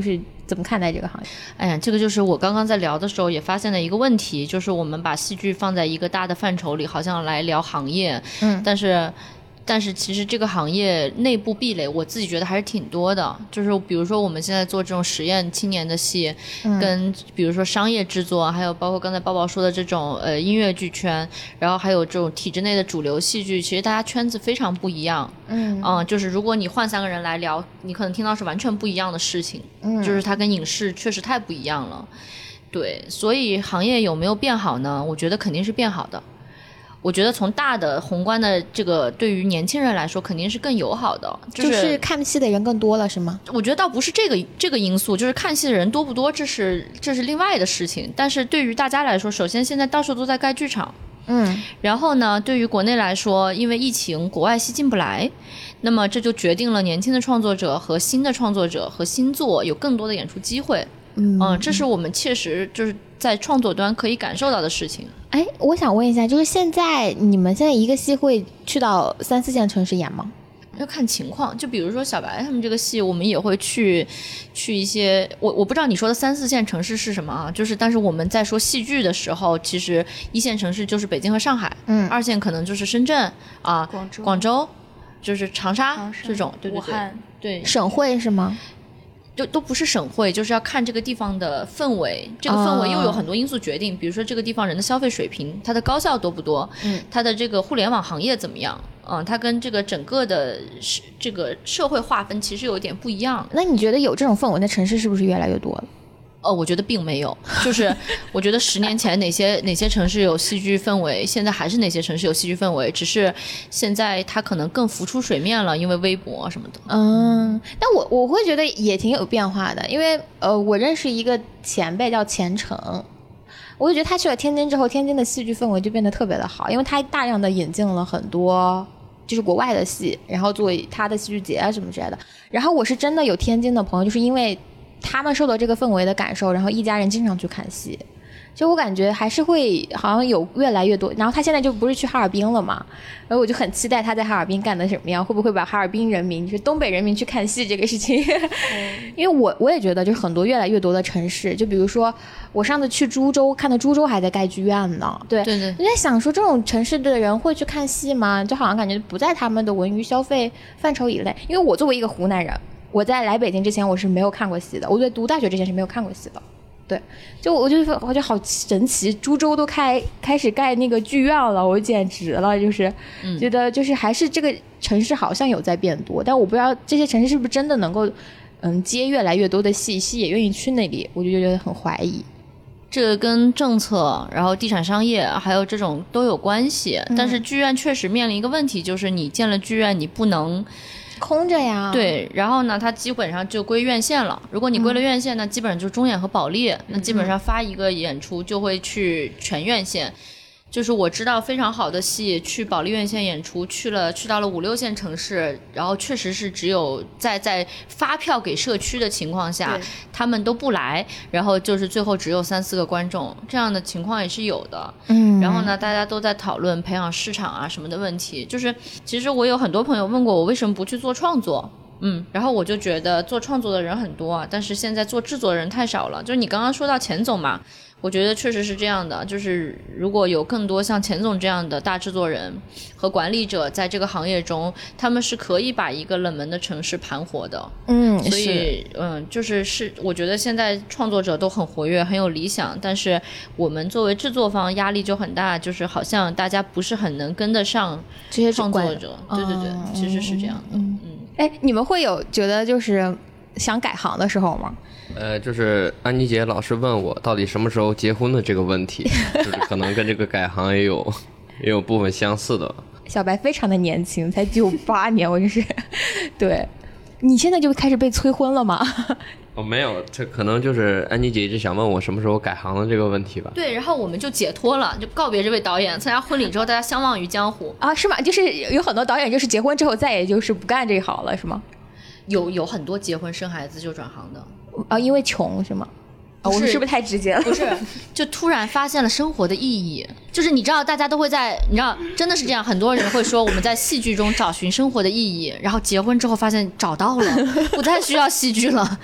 怎么看待这个行业？ 哎呀，这个就是我刚刚在聊的时候也发现的一个问题，就是我们把戏剧放在一个大的范畴里，好像来聊行业， 嗯， 但是。但是其实这个行业内部壁垒，我自己觉得还是挺多的。就是比如说我们现在做这种实验青年的戏，嗯、跟比如说商业制作，还有包括刚才抱抱说的这种呃音乐剧圈，然后还有这种体制内的主流戏剧，其实大家圈子非常不一样。嗯嗯，就是如果你换三个人来聊，你可能听到是完全不一样的事情。嗯，就是它跟影视确实太不一样了。对，所以行业有没有变好呢？我觉得肯定是变好的。我觉得从大的宏观的这个对于年轻人来说肯定是更友好的，就是、 就是看戏的人更多了是吗？ 我觉得倒不是这个这个因素，就是看戏的人多不多这是这是另外的事情。但是对于大家来说，首先现在到处都在盖剧场，嗯，然后呢对于国内来说，因为疫情国外戏进不来，那么这就决定了年轻的创作者和新的创作者和新作有更多的演出机会。嗯, 嗯，这是我们切实就是在创作端可以感受到的事情。 哎，我想问一下，就是现在你们现在一个戏会去到三四线城市演吗？ 要看情况，就比如说小白他们这个戏，我们也会去去一些，我我不知道你说的三四线城市是什么啊？就是但是我们在说戏剧的时候，其实一线城市就是北京和上海，嗯，二线可能就是深圳啊、广州、广州，就是长沙, 长沙这种，对对对， 武汉， 对， 省会是吗？ 就都不是省会，就是要看这个地方的氛围，这个氛围又有很多因素决定， oh. 比如说这个地方人的消费水平，它的高校多不多，嗯，它的这个互联网行业怎么样，嗯，它跟这个整个的这个社会划分其实有点不一样。 那你觉得有这种氛围的城市是不是越来越多了？ 呃，我觉得并没有，就是我觉得十年前哪些哪些城市有戏剧氛围，现在还是哪些城市有戏剧氛围，只是现在它可能更浮出水面了，因为微博什么的。 嗯，但我我会觉得也挺有变化的，因为呃，我认识一个前辈叫钱程，我就觉得他去了天津之后，天津的戏剧氛围就变得特别的好，因为他大量的引进了很多就是国外的戏，然后作为他的戏剧节啊什么之类的。然后我是真的有天津的朋友，就是因为他们受到这个氛围的感受，然后一家人经常去看戏，就我感觉还是会好像有越来越多。然后他现在就不是去哈尔滨了嘛，然后我就很期待他在哈尔滨干的什么样，会不会把哈尔滨人民就是东北人民去看戏这个事情。嗯、因为我我也觉得就是很多越来越多的城市，就比如说我上次去株洲看的，株洲还在盖剧院呢。对对对， 我在想说这种城市的人会去看戏吗？就好像感觉不在他们的文娱消费范畴以内。因为我作为一个湖南人，我在来北京之前我是没有看过戏的，我在读大学之前是没有看过戏的。对，就我就我觉得好神奇，株洲都开开始盖那个剧院了，我简直了，就是觉得就是还是这个城市好像有在变多，但我不知道这些城市是不是真的能够嗯接越来越多的戏，戏也愿意去那里，我就觉得很怀疑。 这个跟政策，然后地产商业还有这种都有关系，嗯、但是剧院确实面临一个问题，就是你建了剧院，你不能空着呀。 对，然后呢它基本上就归院线了，如果你归了院线，那、嗯、基本上就是中演和保利，那基本上发一个演出就会去全院线。就是我知道非常好的戏去保利院线演出，去了去到了五六线城市，然后确实是只有在在发票给社区的情况下他们都不来，然后就是最后只有三四个观众，这样的情况也是有的。嗯，然后呢大家都在讨论培养市场啊什么的问题，就是其实我有很多朋友问过我为什么不去做创作，嗯，然后我就觉得做创作的人很多啊，但是现在做制作人太少了。就是你刚刚说到钱总嘛，我觉得确实是这样的，就是如果有更多像钱总这样的大制作人和管理者在这个行业中，他们是可以把一个冷门的城市盘活的。嗯，所以嗯，就是是我觉得现在创作者都很活跃，很有理想，但是我们作为制作方压力就很大，就是好像大家不是很能跟得上这些创作者。对对对、哦，其实是这样的。嗯嗯， 哎，你们会有觉得就是想改行的时候吗？ 呃，就是安妮姐老师问我到底什么时候结婚的这个问题，就是可能跟这个改行也有也有部分相似的。 小白非常的年轻，才九八年，我真是。对，你现在就开始被催婚了吗？ 哦，没有，这可能就是安妮姐一直想问我什么时候改行的这个问题吧。 对，然后我们就解脱了，就告别这位导演，参加婚礼之后大家相忘于江湖啊？是吗？就是有很多导演就是结婚之后再也就是不干这一行了，是吗？ 有有很多结婚生孩子就转行的啊，因为穷是吗？啊，我们是不是太直接了？ 不是，就突然发现了生活的意义。就是你知道，大家都会在，你知道，真的是这样，很多人会说我们在戏剧中找寻生活的意义，然后结婚之后发现找到了，不再需要戏剧了。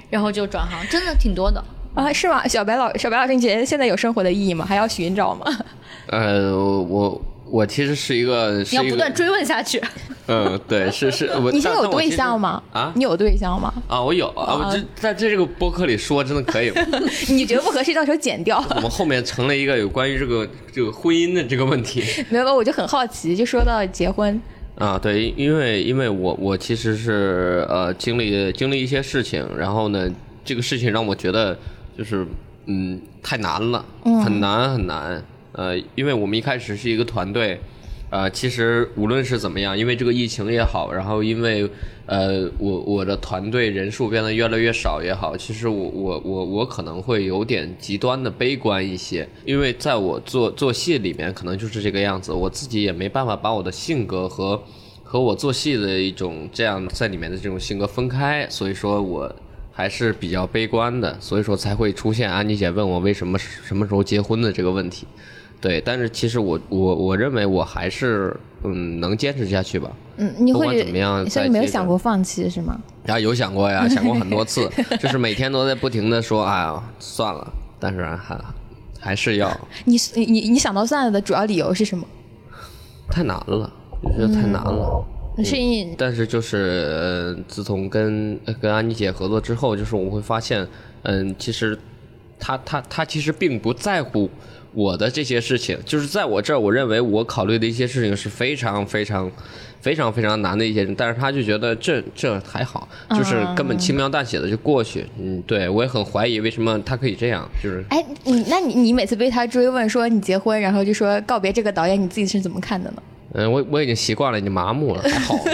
然后就转行，真的挺多的啊？是吗？小白老小白老师，你觉得现在有生活的意义吗？还要寻找吗？ 呃，我我其实是一个， 你要不断追问下去。 嗯，对，是是，我你现在有对象吗？ 啊， 你有对象吗？ 啊，我有啊，我这在这这个播客里说，真的可以吗？ 你觉得不合适，到时候剪掉。 我们后面成了一个有关于这个这个婚姻的这个问题。 没有，我就很好奇，就说到结婚。 啊，对，因为因为我我其实是呃经历经历一些事情，然后呢，这个事情让我觉得就是嗯太难了，很难很难。呃，因为我们一开始是一个团队。呃，其实无论是怎么样，因为这个疫情也好，然后因为呃我我的团队人数变得越来越少也好，其实我我我我可能会有点极端的悲观一些，因为在我做做戏里面可能就是这个样子，我自己也没办法把我的性格和和我做戏的一种这样在里面的这种性格分开，所以说我还是比较悲观的，所以说才会出现安妮姐问我为什么什么时候结婚的这个问题。对，但是其实我我我认为我还是嗯能坚持下去吧。 嗯，你会不管怎么样， 所以没有想过放弃是吗？ 啊，有想过呀，想过很多次，就是每天都在不停的说，哎呀，算了，但是还还是要。 你你你想到算了的主要理由是什么？ 太难了，我觉得太难了。 嗯、是因， 但是就是呃，自从跟跟安妮姐合作之后，就是我会发现，嗯，其实她她她其实并不在乎我的这些事情，就是在我这儿，我认为我考虑的一些事情是非常非常非常非常难的一些人，但是他就觉得这这还好，就是根本轻描淡写的就过去。嗯，对我也很怀疑为什么他可以这样，就是哎，你那你你每次被他追问说你结婚，然后就说告别这个导演，你自己是怎么看的呢？ 嗯，我我已经习惯了，已经麻木了，还好。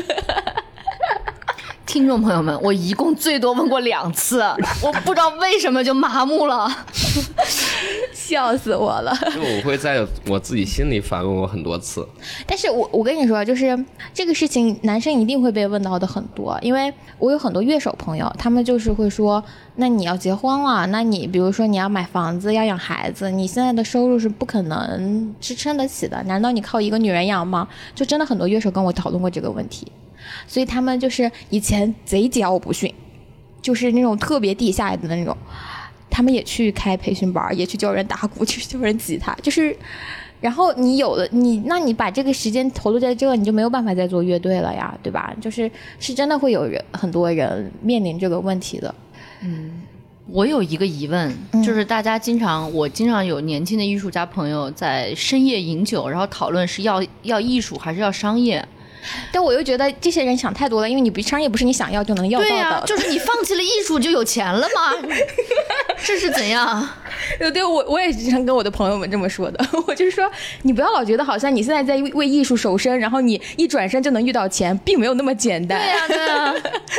听众朋友们，我一共最多问过两次，我不知道为什么就麻木了， 笑死我了。 就我会在我自己心里反问我很多次。 但是我我跟你说，就是这个事情，男生一定会被问到的很多，因为我有很多乐手朋友，他们就是会说，那你要结婚了，那你比如说你要买房子，要养孩子，你现在的收入是不可能支撑得起的，难道你靠一个女人养吗？就真的很多乐手跟我讨论过这个问题。所以他们就是以前贼桀骜不驯，就是那种特别地下的那种，他们也去开培训班，也去教人打鼓，去教人吉他，就是然后你有了你，那你把这个时间投入在这个，你就没有办法再做乐队了呀，对吧？就是是真的会有人很多人面临这个问题的。 嗯，我有一个疑问，就是大家经常，我经常有年轻的艺术家朋友在深夜饮酒，然后讨论是要要艺术还是要商业。 但我又觉得这些人想太多了，因为你不商业不是你想要就能要到的。 对呀、啊，就是你放弃了艺术就有钱了吗？这是怎样？ 对，我我也经常跟我的朋友们这么说的。我就是说，你不要老觉得好像你现在在为艺术守身，然后你一转身就能遇到钱，并没有那么简单。 对呀、啊，对呀、啊。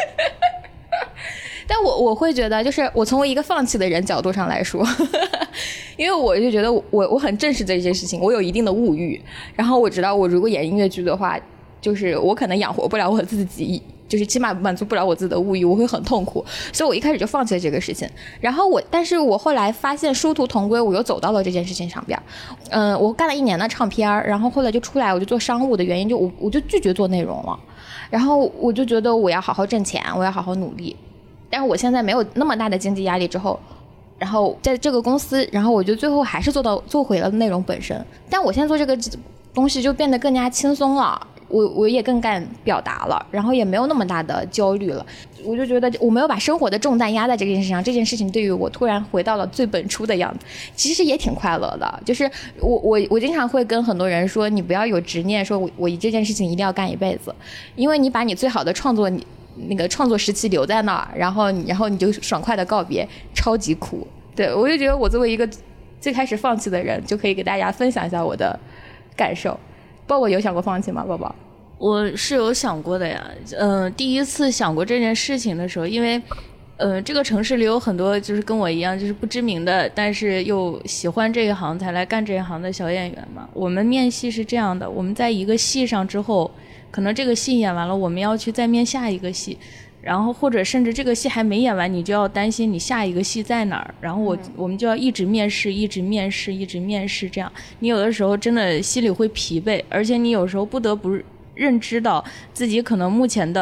但我我会觉得，就是我从一个放弃的人角度上来说，因为我就觉得我我很正视这件事情，我有一定的物欲，然后我知道我如果演音乐剧的话。就是我可能养活不了我自己，就是起码满足不了我自己的物欲，我会很痛苦，所以我一开始就放弃了这个事情。然后我，但是我后来发现殊途同归，我又走到了这件事情上边。嗯、呃，我干了一年的唱片，然后后来就出来，我就做商务的原因就我我就拒绝做内容了。然后我就觉得我要好好挣钱，我要好好努力。但是我现在没有那么大的经济压力之后。然后在这个公司，然后我就最后还是做到做回了内容本身。但我现在做这个东西就变得更加轻松了。我我也更敢表达了，然后也没有那么大的焦虑了。我就觉得我没有把生活的重担压在这件事情上，这件事情对于我突然回到了最本初的样子，其实也挺快乐的。就是我我我经常会跟很多人说，你不要有执念，说我我这件事情一定要干一辈子，因为你把你最好的创作你那个创作时期留在那儿，然后你然后你就爽快的告别，超级苦。对，我就觉得我作为一个最开始放弃的人，就可以给大家分享一下我的感受。包括有想过放弃吗，宝宝？ 我是有想过的呀。嗯、呃，第一次想过这件事情的时候，因为呃，这个城市里有很多就是跟我一样就是不知名的，但是又喜欢这一行才来干这一行的小演员嘛。我们面戏是这样的，我们在一个戏上之后，可能这个戏演完了，我们要去再面下一个戏。然后或者甚至这个戏还没演完，你就要担心你下一个戏在哪儿，然后我、嗯、我们就要一直面试一直面试一直面试，这样你有的时候真的心里会疲惫，而且你有时候不得不认知到自己可能目前的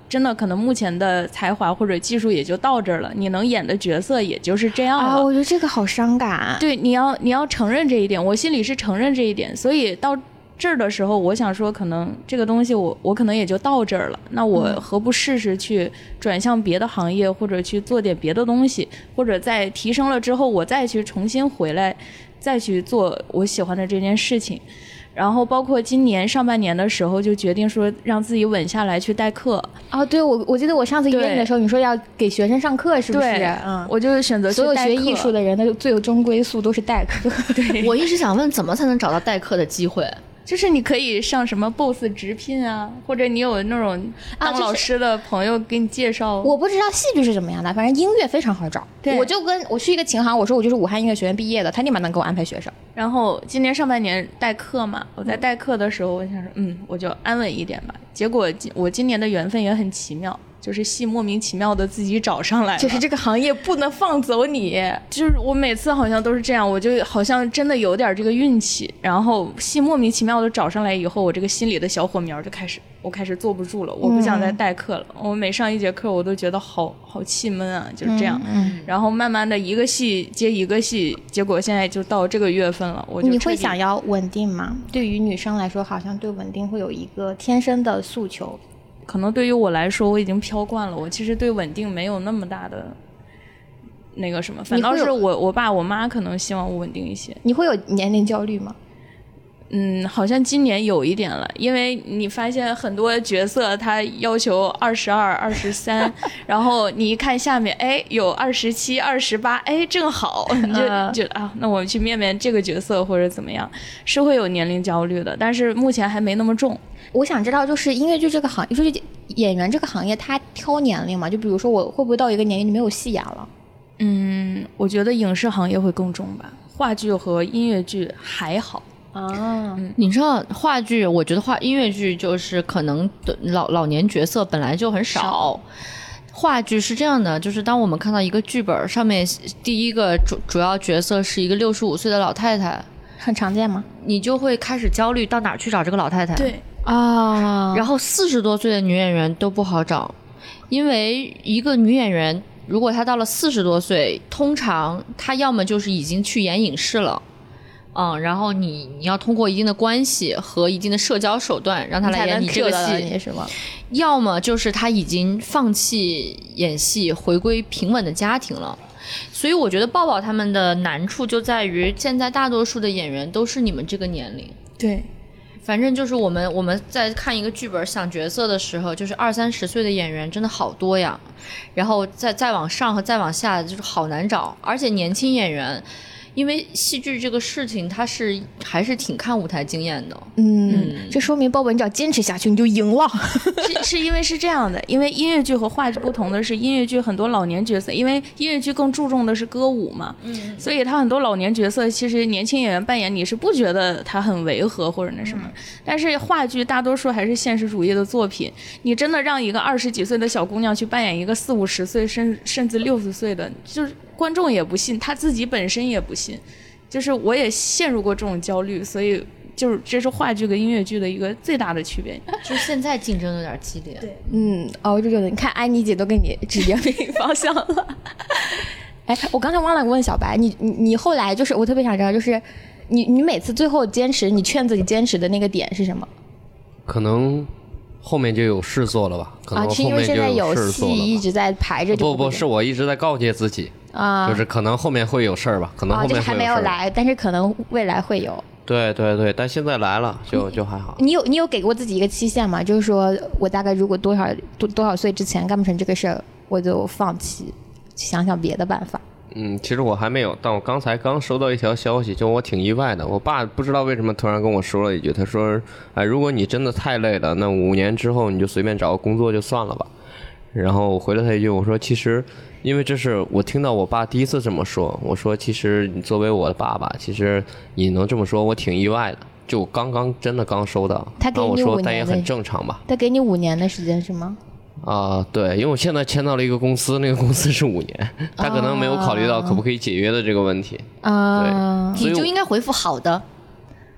真的可能目前的才华或者技术也就到这儿了，你能演的角色也就是这样了。 啊，我觉得这个好伤感。 对，你要你要承认这一点，我心里是承认这一点，所以到这儿的时候，我想说，可能这个东西我我可能也就到这儿了，那我何不试试去转向别的行业，或者去做点别的东西，或者在提升了之后，我再去重新回来，再去做我喜欢的这件事情。然后包括今年上半年的时候，就决定说让自己稳下来去代课。 哦，对，我我记得我上次约你的时候，你说要给学生上课，是不是？ 对， 嗯， 我就选择去代课。 所有学艺术的人的最终归宿都是代课。 对， 我一直想问，怎么才能找到代课的机会？ 就是你可以上什么 B O S S 直聘啊，或者你有那种当老师的朋友给你介绍。 啊就是、我不知道戏剧是怎么样的，反正音乐非常好找。 对， 我就跟我去一个琴行，我说我就是武汉音乐学院毕业的，他立马能给我安排学生。 然后今年上半年代课嘛，我在代课的时候，我想说，嗯，我就安稳一点吧。结果我今年的缘分也很奇妙。就是戏莫名其妙的自己找上来了， 就是这个行业不能放走你。 就是我每次好像都是这样，我就好像真的有点这个运气，然后戏莫名其妙的找上来以后，我这个心里的小火苗就开始，我开始坐不住了，我不想再代课了。嗯、我每上一节课，我都觉得好好气闷啊，就是这样。 嗯嗯、 然后慢慢的一个戏接一个戏，结果现在就到这个月份了，我就你会想要稳定吗？对于女生来说，好像对稳定会有一个天生的诉求。 可能对于我来说，我已经飘惯了。我其实对稳定没有那么大的那个什么，反倒是我我爸我妈可能希望我稳定一些。 你会有年龄焦虑吗？ 嗯，好像今年有一点了，因为你发现很多角色他要求二十二、二十三，然后你一看下面，哎，有二十七、二十八，哎，正好，你就觉得啊，那我去面面这个角色或者怎么样，是会有年龄焦虑的，但是目前还没那么重。 我想知道，就是音乐剧这个行业，就是演员这个行业，它挑年龄嘛？就比如说，我会不会到一个年龄就没有戏演了？ 嗯，我觉得影视行业会更重吧，话剧和音乐剧还好。 啊、 嗯，你知道话剧，我觉得话音乐剧就是可能老老年角色本来就很少。少话剧是这样的，就是当我们看到一个剧本上面第一个主主要角色是一个六十五岁的老太太， 很常见吗？ 你就会开始焦虑，到哪儿去找这个老太太？ 对啊， 然后四十多岁的女演员都不好找，因为一个女演员如果她到了四十多岁，通常她要么就是已经去演影视了。嗯，然后你你要通过一定的关系和一定的社交手段让他来演你这个戏， 是吗？ 要么就是他已经放弃演戏，回归平稳的家庭了。所以我觉得抱抱他们的难处就在于，现在大多数的演员都是你们这个年龄。 对， 反正就是我们我们在看一个剧本想角色的时候，就是二三十岁的演员真的好多呀，然后再再往上和再往下就是好难找，而且年轻演员。因为戏剧这个事情，它是还是挺看舞台经验的。 嗯，嗯这说明鲍勃，你只要坚持下去，你就赢了。 是是因为是这样的，因为音乐剧和话剧不同的是，音乐剧很多老年角色，因为音乐剧更注重的是歌舞嘛，嗯，所以他很多老年角色，其实年轻演员扮演你是不觉得他很违和或者那什么，嗯、但是话剧大多数还是现实主义的作品，你真的让一个二十几岁的小姑娘去扮演一个四五十岁甚甚至六十岁的，就是。观众也不信，他自己本身也不信，就是我也陷入过这种焦虑，所以就是这是话剧跟音乐剧的一个最大的区别。 就是现在竞争有点激烈。 对，嗯，哦，这种你看安妮姐都跟你指点明方向了。哎，我刚才忘了问小白，你你你后来就是我特别想知道，就是你你每次最后坚持，你劝自己坚持的那个点是什么？ 可能。后面就有事做了吧？可能后面就有事做了、啊、 戏一直在排着。 不不是，我一直在告诫自己啊，就是可能后面会有事儿吧，可能后面会有事、啊、 就是还没有来，但是可能未来会有。 对对对，但现在来了，就就还好。 你有你有给过自己一个期限吗？就是说我大概如果多少多多少岁之前干不成这个事儿，我就放弃，想想别的办法。 嗯，其实我还没有，但我刚才刚收到一条消息，就我挺意外的。我爸不知道为什么突然跟我说了一句，他说：“哎，如果你真的太累了，那五年之后你就随便找个工作就算了吧。”然后我回了他一句，我说：“其实，因为这是我听到我爸第一次这么说，我说其实你作为我的爸爸，其实你能这么说，我挺意外的。就刚刚真的刚收到， 他给你五年的， 然后我说但也很正常吧。 他给你五年的时间是吗？” 啊、呃，对，因为我现在签到了一个公司，那个公司是五年，他可能没有考虑到可不可以解约的这个问题啊。 你就应该回复好的。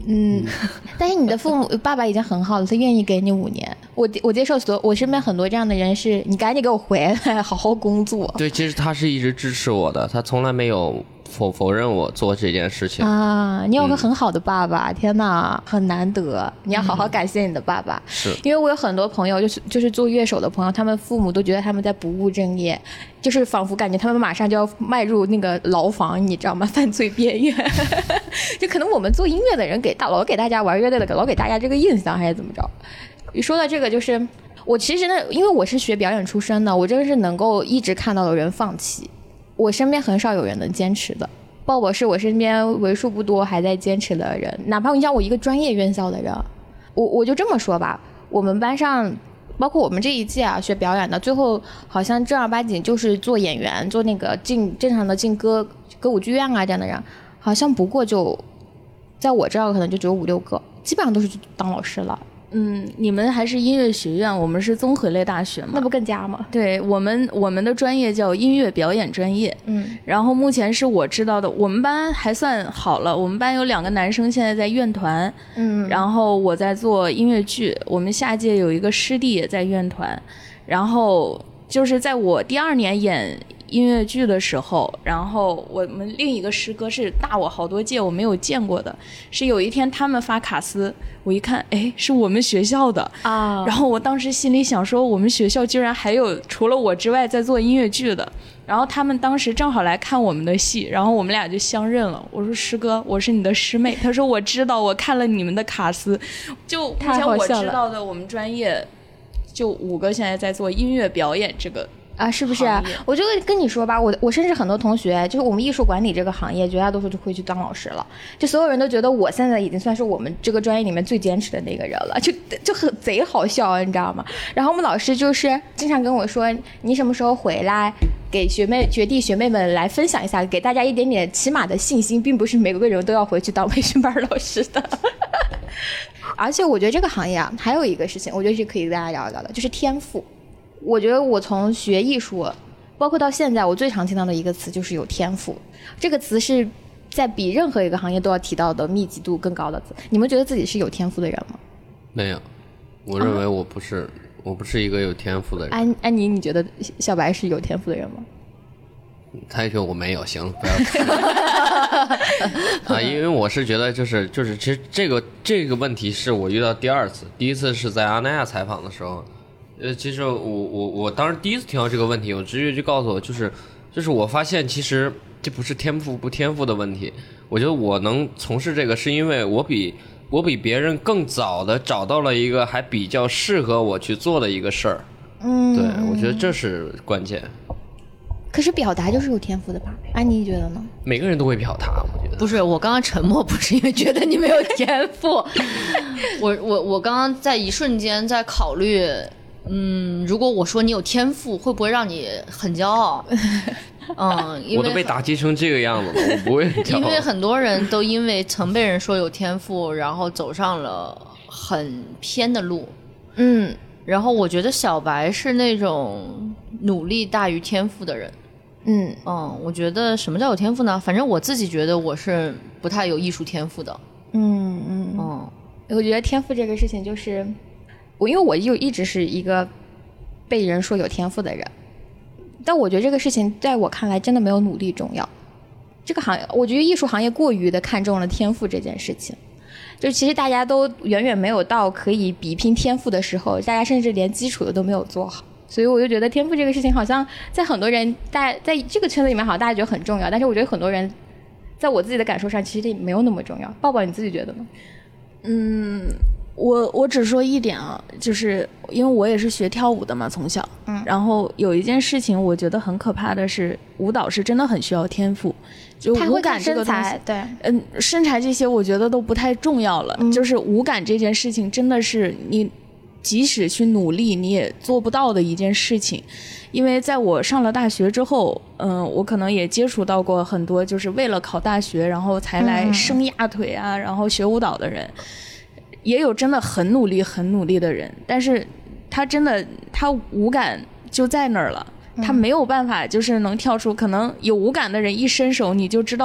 嗯，但是你的父母爸爸已经很好了，他愿意给你五年。我我接受所我身边很多这样的人是，你赶紧给我回来，好好工作。 对，其实他是一直支持我的，他从来没有否否认我做这件事情啊。你有个很好的爸爸，嗯、天哪，很难得，你要好好感谢你的爸爸。嗯、 是因为我有很多朋友，就是就是做乐手的朋友，他们父母都觉得他们在不务正业，就是仿佛感觉他们马上就要迈入那个牢房，你知道吗？犯罪边缘。就可能我们做音乐的人给大老给大家玩乐队的，老给大家这个印象还是怎么着？说到这个，就是我其实呢，因为我是学表演出身的，我真的是能够一直看到有人放弃，我身边很少有人能坚持的。鲍勃是我身边为数不多还在坚持的人，哪怕你像我一个专业院校的人，我我就这么说吧，我们班上包括我们这一届啊学表演的，最后好像正儿八经就是做演员，做那个进正常的进歌歌舞剧院啊这样的人，好像不过就在我这儿可能就只有五六个，基本上都是当老师了。 嗯，你们还是音乐学院，我们是综合类大学嘛， 那不更加吗？ 对，我们我们的专业叫音乐表演专业。 嗯， 然后目前是我知道的，我们班还算好了，我们班有两个男生现在在院团， 嗯， 然后我在做音乐剧，我们下届有一个师弟也在院团，然后就是在我第二年演音乐剧的时候，然后我们另一个师哥是大我好多届，我没有见过的，是有一天他们发卡司，我一看，哎，是我们学校的啊， 然后我当时心里想说，我们学校居然还有除了我之外在做音乐剧的，然后他们当时正好来看我们的戏，然后我们俩就相认了。我说师哥，我是你的师妹。他说我知道，我看了你们的卡司。就目前我知道的，我们专业就五个现在在做音乐表演这个。 啊，是不是？我就跟你说吧，我我甚至很多同学，就是我们艺术管理这个行业，绝大多数就会去当老师了。就所有人都觉得我现在已经算是我们这个专业里面最坚持的那个人了，就就很贼好笑，你知道吗？然后我们老师就是经常跟我说，你什么时候回来，给学妹学弟学妹们来分享一下，给大家一点点起码的信心，并不是每个人都要回去当培训班老师的。而且我觉得这个行业啊，还有一个事情，我觉得是可以跟大家聊一聊的，就是天赋。我觉得我从学艺术包括到现在，我最常听到的一个词就是有天赋，这个词是在比任何一个行业都要提到的密集度更高的词。你们觉得自己是有天赋的人吗？ 没有，我认为我不是、啊、我不是一个有天赋的人。 安安妮，你觉得小白是有天赋的人吗？ 他觉得我没有，行了，不要啊，因为我是觉得就是就是其实这个这个问题是我遇到第二次，第一次是在阿那亚采访的时候。呃，其实我我我当时第一次听到这个问题，我直觉就告诉我，就是就是我发现其实这不是天赋不天赋的问题，我觉得我能从事这个是因为我比我比别人更早的找到了一个还比较适合我去做的一个事儿。 嗯， 对，我觉得这是关键。 可是表达就是有天赋的吧？安妮觉得呢？ 每个人都会表达，我觉得。 不是，我刚刚沉默不是因为觉得你没有天赋，我我我刚刚在一瞬间在考虑。嗯，如果我说你有天赋，会不会让你很骄傲？嗯，因为我都被打击成这个样子了，我不会骄傲。 因为很多人都因为曾被人说有天赋，然后走上了很偏的路。 嗯， 然后我觉得小白是那种努力大于天赋的人。 嗯嗯，我觉得什么叫有天赋呢？反正我自己觉得我是不太有艺术天赋的。 嗯嗯嗯， 我觉得天赋这个事情就是。我因为我就一直是一个被人说有天赋的人，但我觉得这个事情在我看来真的没有努力重要。这个行业，我觉得艺术行业过于的看重了天赋这件事情，就其实大家都远远没有到可以比拼天赋的时候，大家甚至连基础的都没有做好。所以我就觉得天赋这个事情好像在很多人大在这个圈子里面好像大家觉得很重要，但是我觉得很多人在我自己的感受上其实这没有那么重要。抱抱你自己觉得呢？ 嗯，我我只说一点啊，就是因为我也是学跳舞的嘛，从小， 嗯， 然后有一件事情我觉得很可怕的是，舞蹈是真的很需要天赋，就舞感这个东西， 对， 嗯，身材这些我觉得都不太重要了， 嗯、 就是舞感这件事情真的是你即使去努力你也做不到的一件事情。因为在我上了大学之后，嗯、呃，我可能也接触到过很多就是为了考大学然后才来生压腿啊、嗯、然后学舞蹈的人，也有真的很努力很努力的人，但是他真的他舞感就在那儿了，他没有办法就是能跳出，可能有舞感的人一伸手你就知道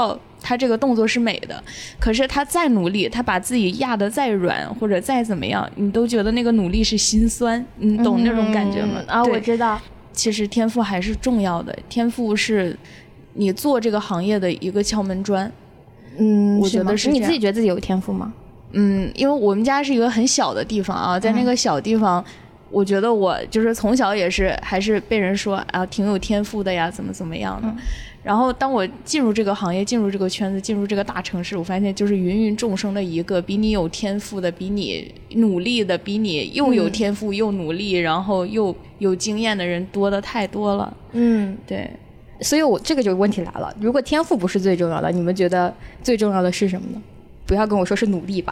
他这个动作是美的，可是他再努力，他把自己压得再软或者再怎么样，你都觉得那个努力是心酸，你懂那种感觉吗？ 嗯、啊，我知道。 其实天赋还是重要的，天赋是你做这个行业的一个敲门砖。 嗯， 我觉得是。 你自己觉得自己有天赋吗？ 嗯，因为我们家是一个很小的地方啊，在那个小地方。嗯，我觉得我就是从小也是还是被人说啊挺有天赋的呀，怎么怎么样的、嗯、然后当我进入这个行业，进入这个圈子，进入这个大城市，我发现就是芸芸众生的一个比你有天赋的，比你努力的，比你又有天赋又努力、嗯、然后又有经验的人多的太多了。 嗯， 对。 所以我这个就问题来了，如果天赋不是最重要的，你们觉得最重要的是什么呢？不要跟我说是努力吧。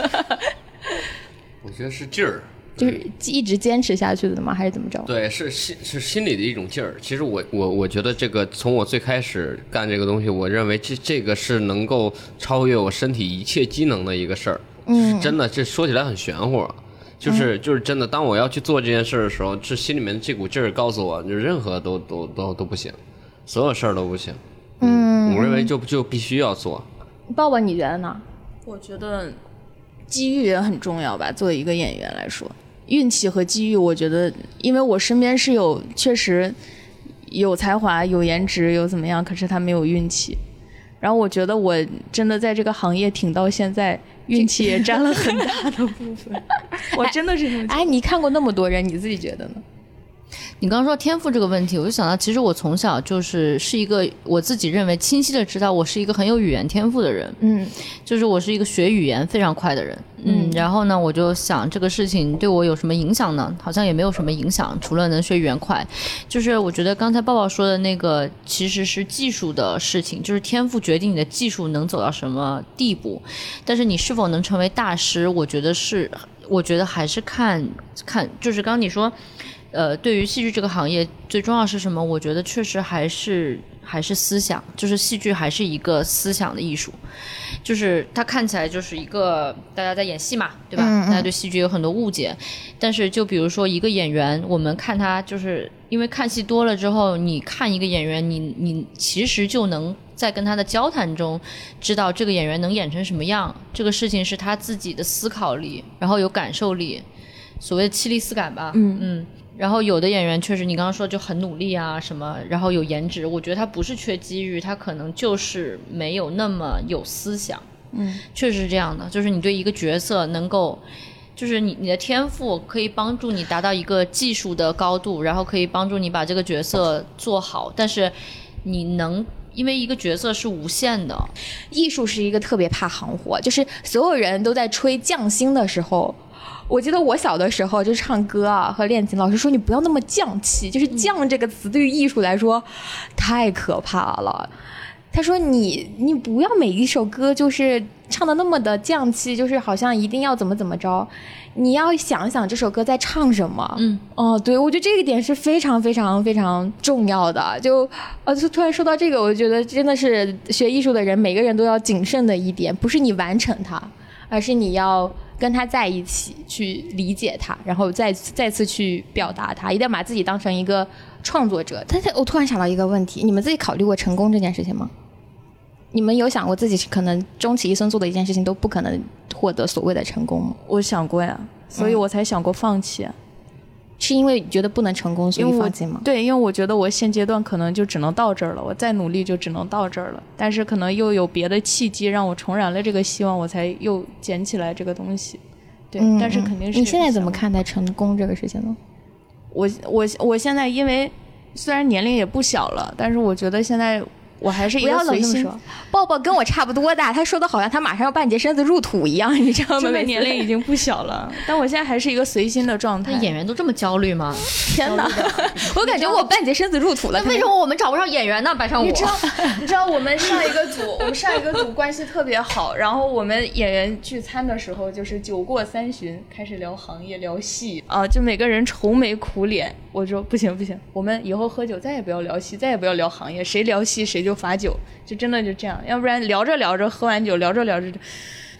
我觉得是劲儿， 就是一直坚持下去的吗？还是怎么着？ 对，是心是心里的一种劲儿。其实我我我觉得这个从我最开始干这个东西，我认为这这个是能够超越我身体一切机能的一个事儿。嗯，是真的，这说起来很玄乎，就是、嗯、就是真的。当我要去做这件事的时候，这心里面这股劲儿告诉我，就任何都都都都不行，所有事儿都不行。嗯，我认为就就必须要做。 抱抱，你觉得呢？ 我觉得机遇也很重要吧，作为一个演员来说。运气和机遇，我觉得因为我身边是有确实有才华有颜值有怎么样，可是他没有运气。然后我觉得我真的在这个行业挺到现在，运气也占了很大的部分。我真的是这么觉得。 哎，你看过那么多人，你自己觉得呢？ 你刚刚说天赋这个问题，我就想到其实我从小就是是一个我自己认为清晰的知道我是一个很有语言天赋的人。嗯，就是我是一个学语言非常快的人。嗯，然后呢我就想这个事情对我有什么影响呢？好像也没有什么影响，除了能学语言快。就是我觉得刚才抱抱说的那个其实是技术的事情，就是天赋决定你的技术能走到什么地步，但是你是否能成为大师，我觉得是我觉得还是看看就是刚刚你说呃，对于戏剧这个行业最重要是什么？我觉得确实还是还是思想，就是戏剧还是一个思想的艺术，就是它看起来就是一个大家在演戏嘛，对吧？嗯嗯，大家对戏剧有很多误解，但是就比如说一个演员，我们看他就是因为看戏多了之后，你看一个演员，你你其实就能在跟他的交谈中知道这个演员能演成什么样，这个事情是他自己的思考力，然后有感受力，所谓的气力思感吧。嗯嗯。然后有的演员确实你刚刚说就很努力啊什么，然后有颜值，我觉得他不是缺机遇，他可能就是没有那么有思想。嗯，确实是这样的，就是你对一个角色能够就是你你的天赋可以帮助你达到一个技术的高度，然后可以帮助你把这个角色做好，但是你能因为一个角色是无限的。 艺术是一个特别怕行活，就是所有人都在吹匠心的时候，我记得我小的时候就唱歌啊和练琴，老师说你不要那么匠气，就是匠这个词对于艺术来说太可怕了。他说你你不要每一首歌就是唱的那么的匠气，就是好像一定要怎么怎么着，你要想想这首歌在唱什么。嗯，哦，对，我觉得这个点是非常非常非常重要的。就呃，就突然说到这个，我觉得真的是学艺术的人每个人都要谨慎的一点，不是你完成它，而是你要跟他在一起去理解他，然后再再次去表达他，一定要把自己当成一个创作者。但是我突然想到一个问题，你们自己考虑过成功这件事情吗？你们有想过自己可能终其一生做的一件事情都不可能获得所谓的成功吗？ 我想过呀，所以我才想过放弃。嗯， 是因为觉得不能成功所以放弃吗？ 对，因为我觉得我现阶段可能就只能到这儿了，我再努力就只能到这儿了，但是可能又有别的契机让我重燃了这个希望，我才又捡起来这个东西。对，嗯，但是肯定是。 你现在怎么看待成功这个事情呢？ 我我我现在因为虽然年龄也不小了，但是我觉得现在我还是一个随心。 抱抱跟我差不多大，他说的好像他马上要半截身子入土一样，你知道吗？ 这个年龄已经不小了，但我现在还是一个随心的状态。 那演员都这么焦虑吗？ 天哪！我感觉我半截身子入土了。 那为什么我们找不上演员呢？摆上我。 你知道，你知道我们上一个组，我们上一个组关系特别好，然后我们演员聚餐的时候就是酒过三巡，开始聊行业聊戏啊，就每个人愁眉苦脸。我说不行不行，我们以后喝酒再也不要聊戏，再也不要聊行业，谁聊戏谁就罚酒，就真的就这样，要不然聊着聊着喝完酒聊着聊着就，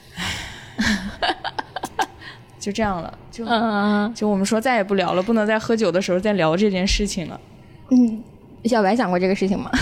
就这样了，就嗯就我们说再也不聊了，不能在喝酒的时候再聊这件事情了。 嗯，小白想过这个事情吗？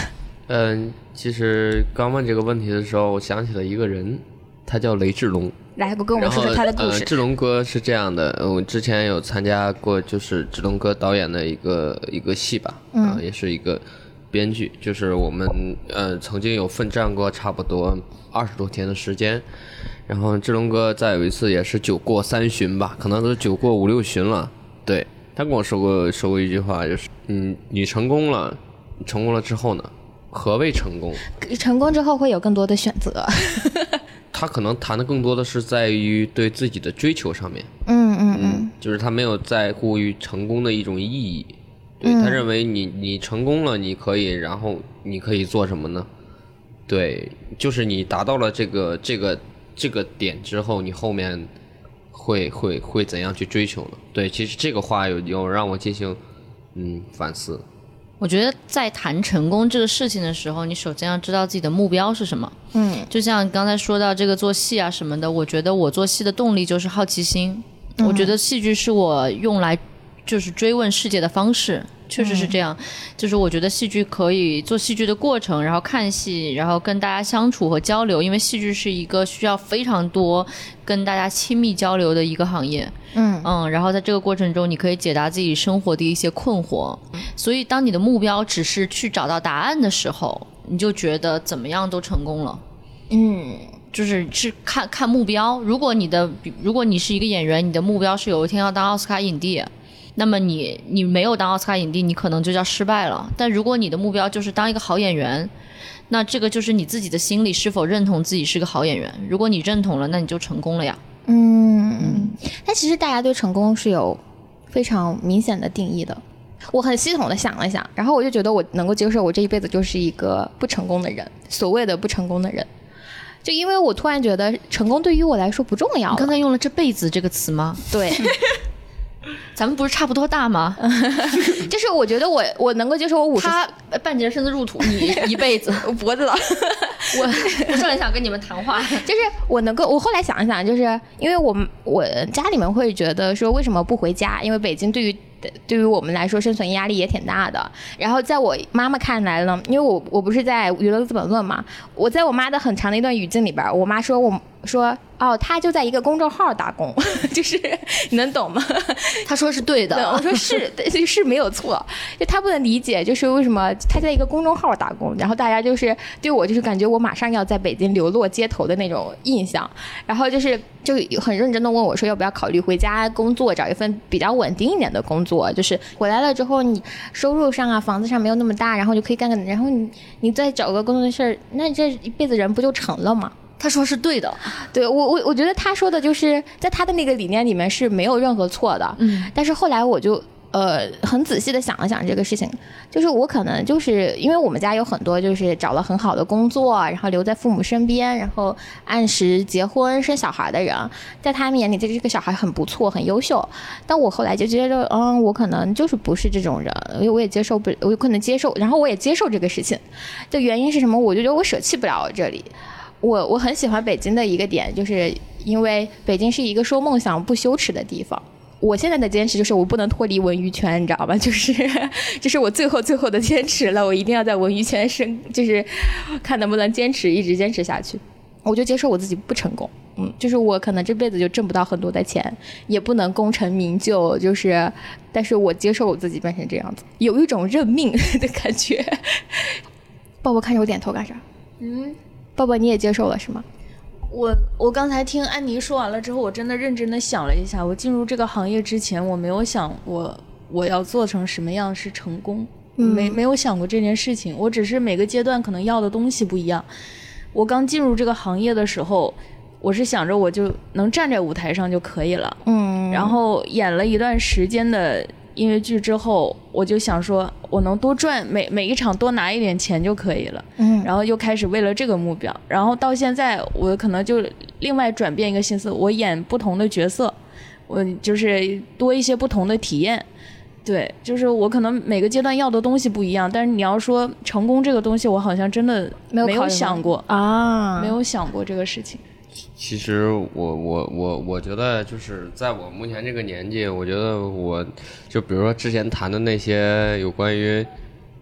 嗯，其实刚问这个问题的时候，我想起了一个人，他叫雷志龙。 来，我跟我们说说他的故事。 呃、志龙哥是这样的，我之前有参加过，就是志龙哥导演的一个一个戏吧，嗯、呃，也是一个编剧，就是我们呃曾经有奋战过差不多二十多天的时间。然后志龙哥再有一次也是酒过三巡吧，可能都酒过五六巡了。对，他跟我说过说过一句话，就是嗯，你成功了，成功了之后呢，何谓成功？ 成功之后会有更多的选择。 他可能谈的更多的是在于对自己的追求上面， 嗯嗯嗯， 就是他没有在乎于成功的一种意义，对、嗯、他认为你你成功了，你可以，然后你可以做什么呢？对，就是你达到了这个这个这个点之后，你后面会会会怎样去追求呢？对，其实这个话有有让我进行嗯反思。 我觉得在谈成功这个事情的时候，你首先要知道自己的目标是什么。嗯，就像刚才说到这个做戏啊什么的，我觉得我做戏的动力就是好奇心。嗯、我觉得戏剧是我用来就是追问世界的方式，确实是这样。嗯、就是我觉得戏剧可以做戏剧的过程，然后看戏，然后跟大家相处和交流，因为戏剧是一个需要非常多跟大家亲密交流的一个行业。嗯嗯，然后在这个过程中，你可以解答自己生活的一些困惑。所以，当你的目标只是去找到答案的时候，你就觉得怎么样都成功了。嗯，就是是看看目标。如果你的，如果你是一个演员，你的目标是有一天要当奥斯卡影帝，那么你你没有当奥斯卡影帝，你可能就叫失败了。但如果你的目标就是当一个好演员，那这个就是你自己的心里是否认同自己是个好演员。如果你认同了，那你就成功了呀。 嗯，但其实大家对成功是有非常明显的定义的。我很系统的想了想，然后我就觉得我能够接受我这一辈子就是一个不成功的人，所谓的不成功的人。就因为我突然觉得成功对于我来说不重要。 你刚才用了这辈子这个词吗？ 对。 咱们不是差不多大吗？ 就是我觉得我我能够接受我五十， 他半截身子入土，你一辈子我脖子了。 我不是很想跟你们谈话， 就是我能够，我后来想一想，就是因为我我家里面会觉得说为什么不回家？因为北京对于对于我们来说生存压力也挺大的。然后在我妈妈看来呢，因为我我不是在娱乐资本论嘛，我在我妈的很长的一段语境里边，我妈说我说哦，他就在一个公众号打工，就是你能懂吗？ 他说是对的， 我说是是没有错，就他不能理解，就是为什么他在一个公众号打工，然后大家就是对我就是感觉我马上要在北京流落街头的那种印象，然后就是就很认真的问我说要不要考虑回家工作，找一份比较稳定一点的工作，就是回来了之后你收入上啊房子上没有那么大，然后就可以干干，然后你你再找个工作的事儿，那这一辈子人不就成了吗？ 他说是对的， 对我我我觉得他说的就是在他的那个理念里面是没有任何错的，嗯，但是后来我就呃很仔细的想了想这个事情，就是我可能就是因为我们家有很多就是找了很好的工作，然后留在父母身边，然后按时结婚生小孩的人，在他们眼里这这个小孩很不错很优秀，但我后来就觉得嗯我可能就是不是这种人，因为我也接受不我可能接受，然后我也接受这个事情的原因是什么？我就觉得我舍弃不了这里。我我很喜欢北京的一个点，就是因为北京是一个说梦想不羞耻的地方。我现在的坚持就是我不能脱离文娱圈，你知道吧？就是这是我最后最后的坚持了，我一定要在文娱圈生，就是看能不能坚持一直坚持下去。我就接受我自己不成功，嗯，就是我可能这辈子就挣不到很多的钱，也不能功成名就，就是但是我接受我自己变成这样子，有一种认命的感觉。抱抱看着我点头干啥？嗯。抱抱你也接受了是吗？ 我我刚才听安妮说完了之后，我真的认真的想了一下，我进入这个行业之前，我没有想我我要做成什么样是成功，嗯、没没有想过这件事情。我只是每个阶段可能要的东西不一样。我刚进入这个行业的时候，我是想着我就能站在舞台上就可以了，嗯，然后演了一段时间的音乐剧之后，我就想说我能多赚每每一场多拿一点钱就可以了，嗯，然后又开始为了这个目标，然后到现在我可能就另外转变一个心思，我演不同的角色，我就是多一些不同的体验。对，就是我可能每个阶段要的东西不一样，但是你要说成功这个东西，我好像真的没有想过啊，没有想过这个事情。 其实我我我我觉得就是在我目前这个年纪，我觉得我就比如说之前谈的那些有关于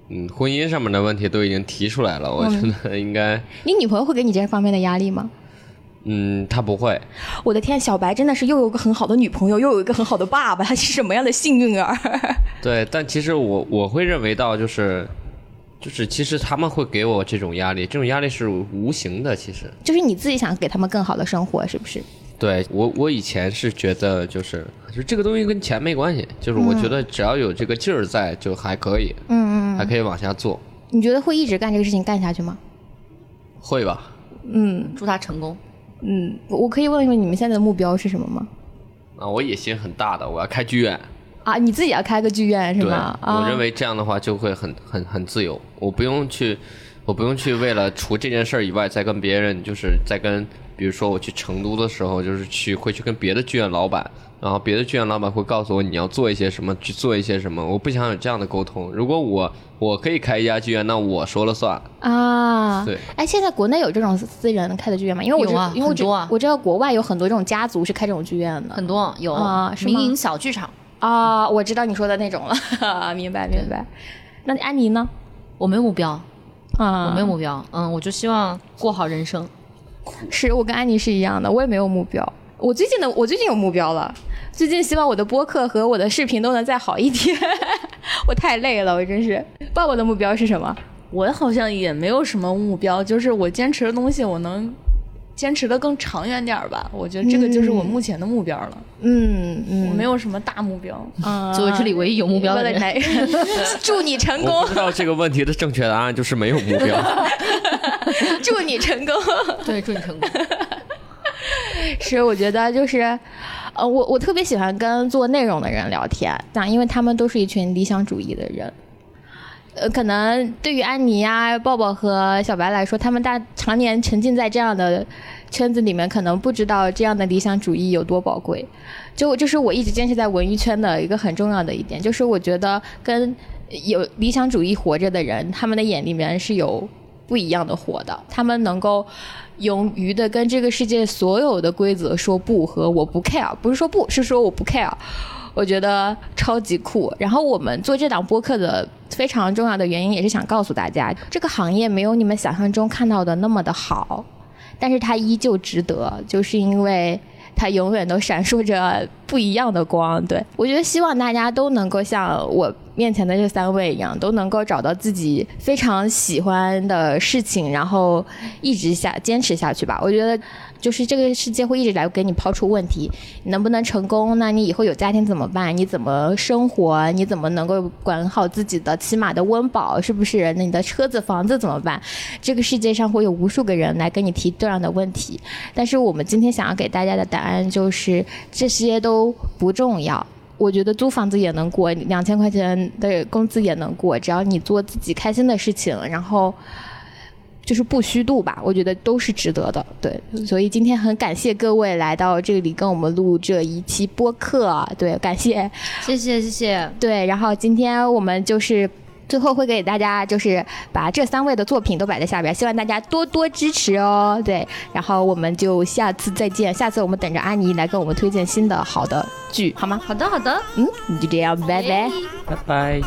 嗯，婚姻上面的问题都已经提出来了，我觉得应该。 你女朋友会给你这方面的压力吗？ 嗯，她不会。 我的天，小白真的是又有个很好的女朋友，又有一个很好的爸爸，他是什么样的幸运儿？ 对，但其实我我会认为到就是，就是其实他们会给我这种压力，这种压力是无形的，其实就是你自己想给他们更好的生活，是不是？ 对我，我以前是觉得就是就这个东西跟钱没关系，就是我觉得只要有这个劲儿在就还可以，嗯嗯，还可以往下做。 你觉得会一直干这个事情干下去吗？ 会吧。 嗯，祝他成功。 嗯，我可以问一问你们现在的目标是什么吗？ 啊，我野心很大的，我要开剧院。 啊，你自己要开个剧院是吗？ 对，我认为这样的话就会很很很自由，我不用去，我不用去为了除这件事儿以外，再跟别人就是再跟。比如说我去成都的时候，就是去会去跟别的剧院老板，然后别的剧院老板会告诉我你要做一些什么，去做一些什么。我不想有这样的沟通。如果我我可以开一家剧院，那我说了算啊。 对， 哎，现在国内有这种私人开的剧院吗？因为我知道、 啊、 因为我知道、 啊、 我知道国外有很多这种家族是开这种剧院的， 很多有啊， 民营小剧场啊，我知道你说的那种了，明白明白。那安妮呢？ 我没有目标啊， 我没有目标，嗯，我就希望过好人生。 是我跟安妮是一样的，我也没有目标。我最近的我最近有目标了，最近希望我的播客和我的视频都能再好一点。我太累了，我真是。爸爸的目标是什么？ 我好像也没有什么目标，就是我坚持的东西，我能坚持的更长远点吧。我觉得这个就是我目前的目标了。 嗯嗯， 我没有什么大目标。 嗯， 作为这里唯一有目标的人， 祝你成功。 我不知道这个问题的正确答案就是没有目标。 祝你成功。 对，祝你成功。 是，我觉得就是，呃，我我特别喜欢跟做内容的人聊天，但因为他们都是一群理想主义的人。呃，可能对于安妮啊、抱抱和小白来说，他们大常年沉浸在这样的圈子里面，可能不知道这样的理想主义有多宝贵。就这是我一直坚持在文娱圈的一个很重要的一点，就是我觉得跟有理想主义活着的人，他们的眼里面是有不一样的活的，他们能够勇于的跟这个世界所有的规则说不和我不 care， 不是说不，是说我不 care。我觉得超级酷。然后我们做这档播客的非常重要的原因，也是想告诉大家，这个行业没有你们想象中看到的那么的好，但是它依旧值得，就是因为它永远都闪烁着不一样的光。对，我觉得希望大家都能够像我面前的这三位一样，都能够找到自己非常喜欢的事情，然后一直下坚持下去吧。我觉得就是这个世界会一直来给你抛出问题，你能不能成功？那你以后有家庭怎么办？你怎么生活？你怎么能够管好自己的起码的温饱？是不是？那你的车子房子怎么办？这个世界上会有无数个人来跟你提这样的问题，但是我们今天想要给大家的答案就是这些都不重要。我觉得租房子也能过，两千块钱的工资也能过，只要你做自己开心的事情，然后就是不虚度吧，我觉得都是值得的。对，所以今天很感谢各位来到这里跟我们录这一期播客，对，感谢， 谢谢谢谢。 对，然后今天我们就是最后会给大家就是把这三位的作品都摆在下边，希望大家多多支持哦。对，然后我们就下次再见，下次我们等着安妮来跟我们推荐新的好的剧，好吗？ 好的好的， 嗯，就这样，拜拜， 拜拜。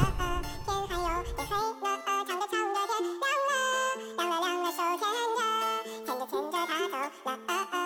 牵着牵着他走了。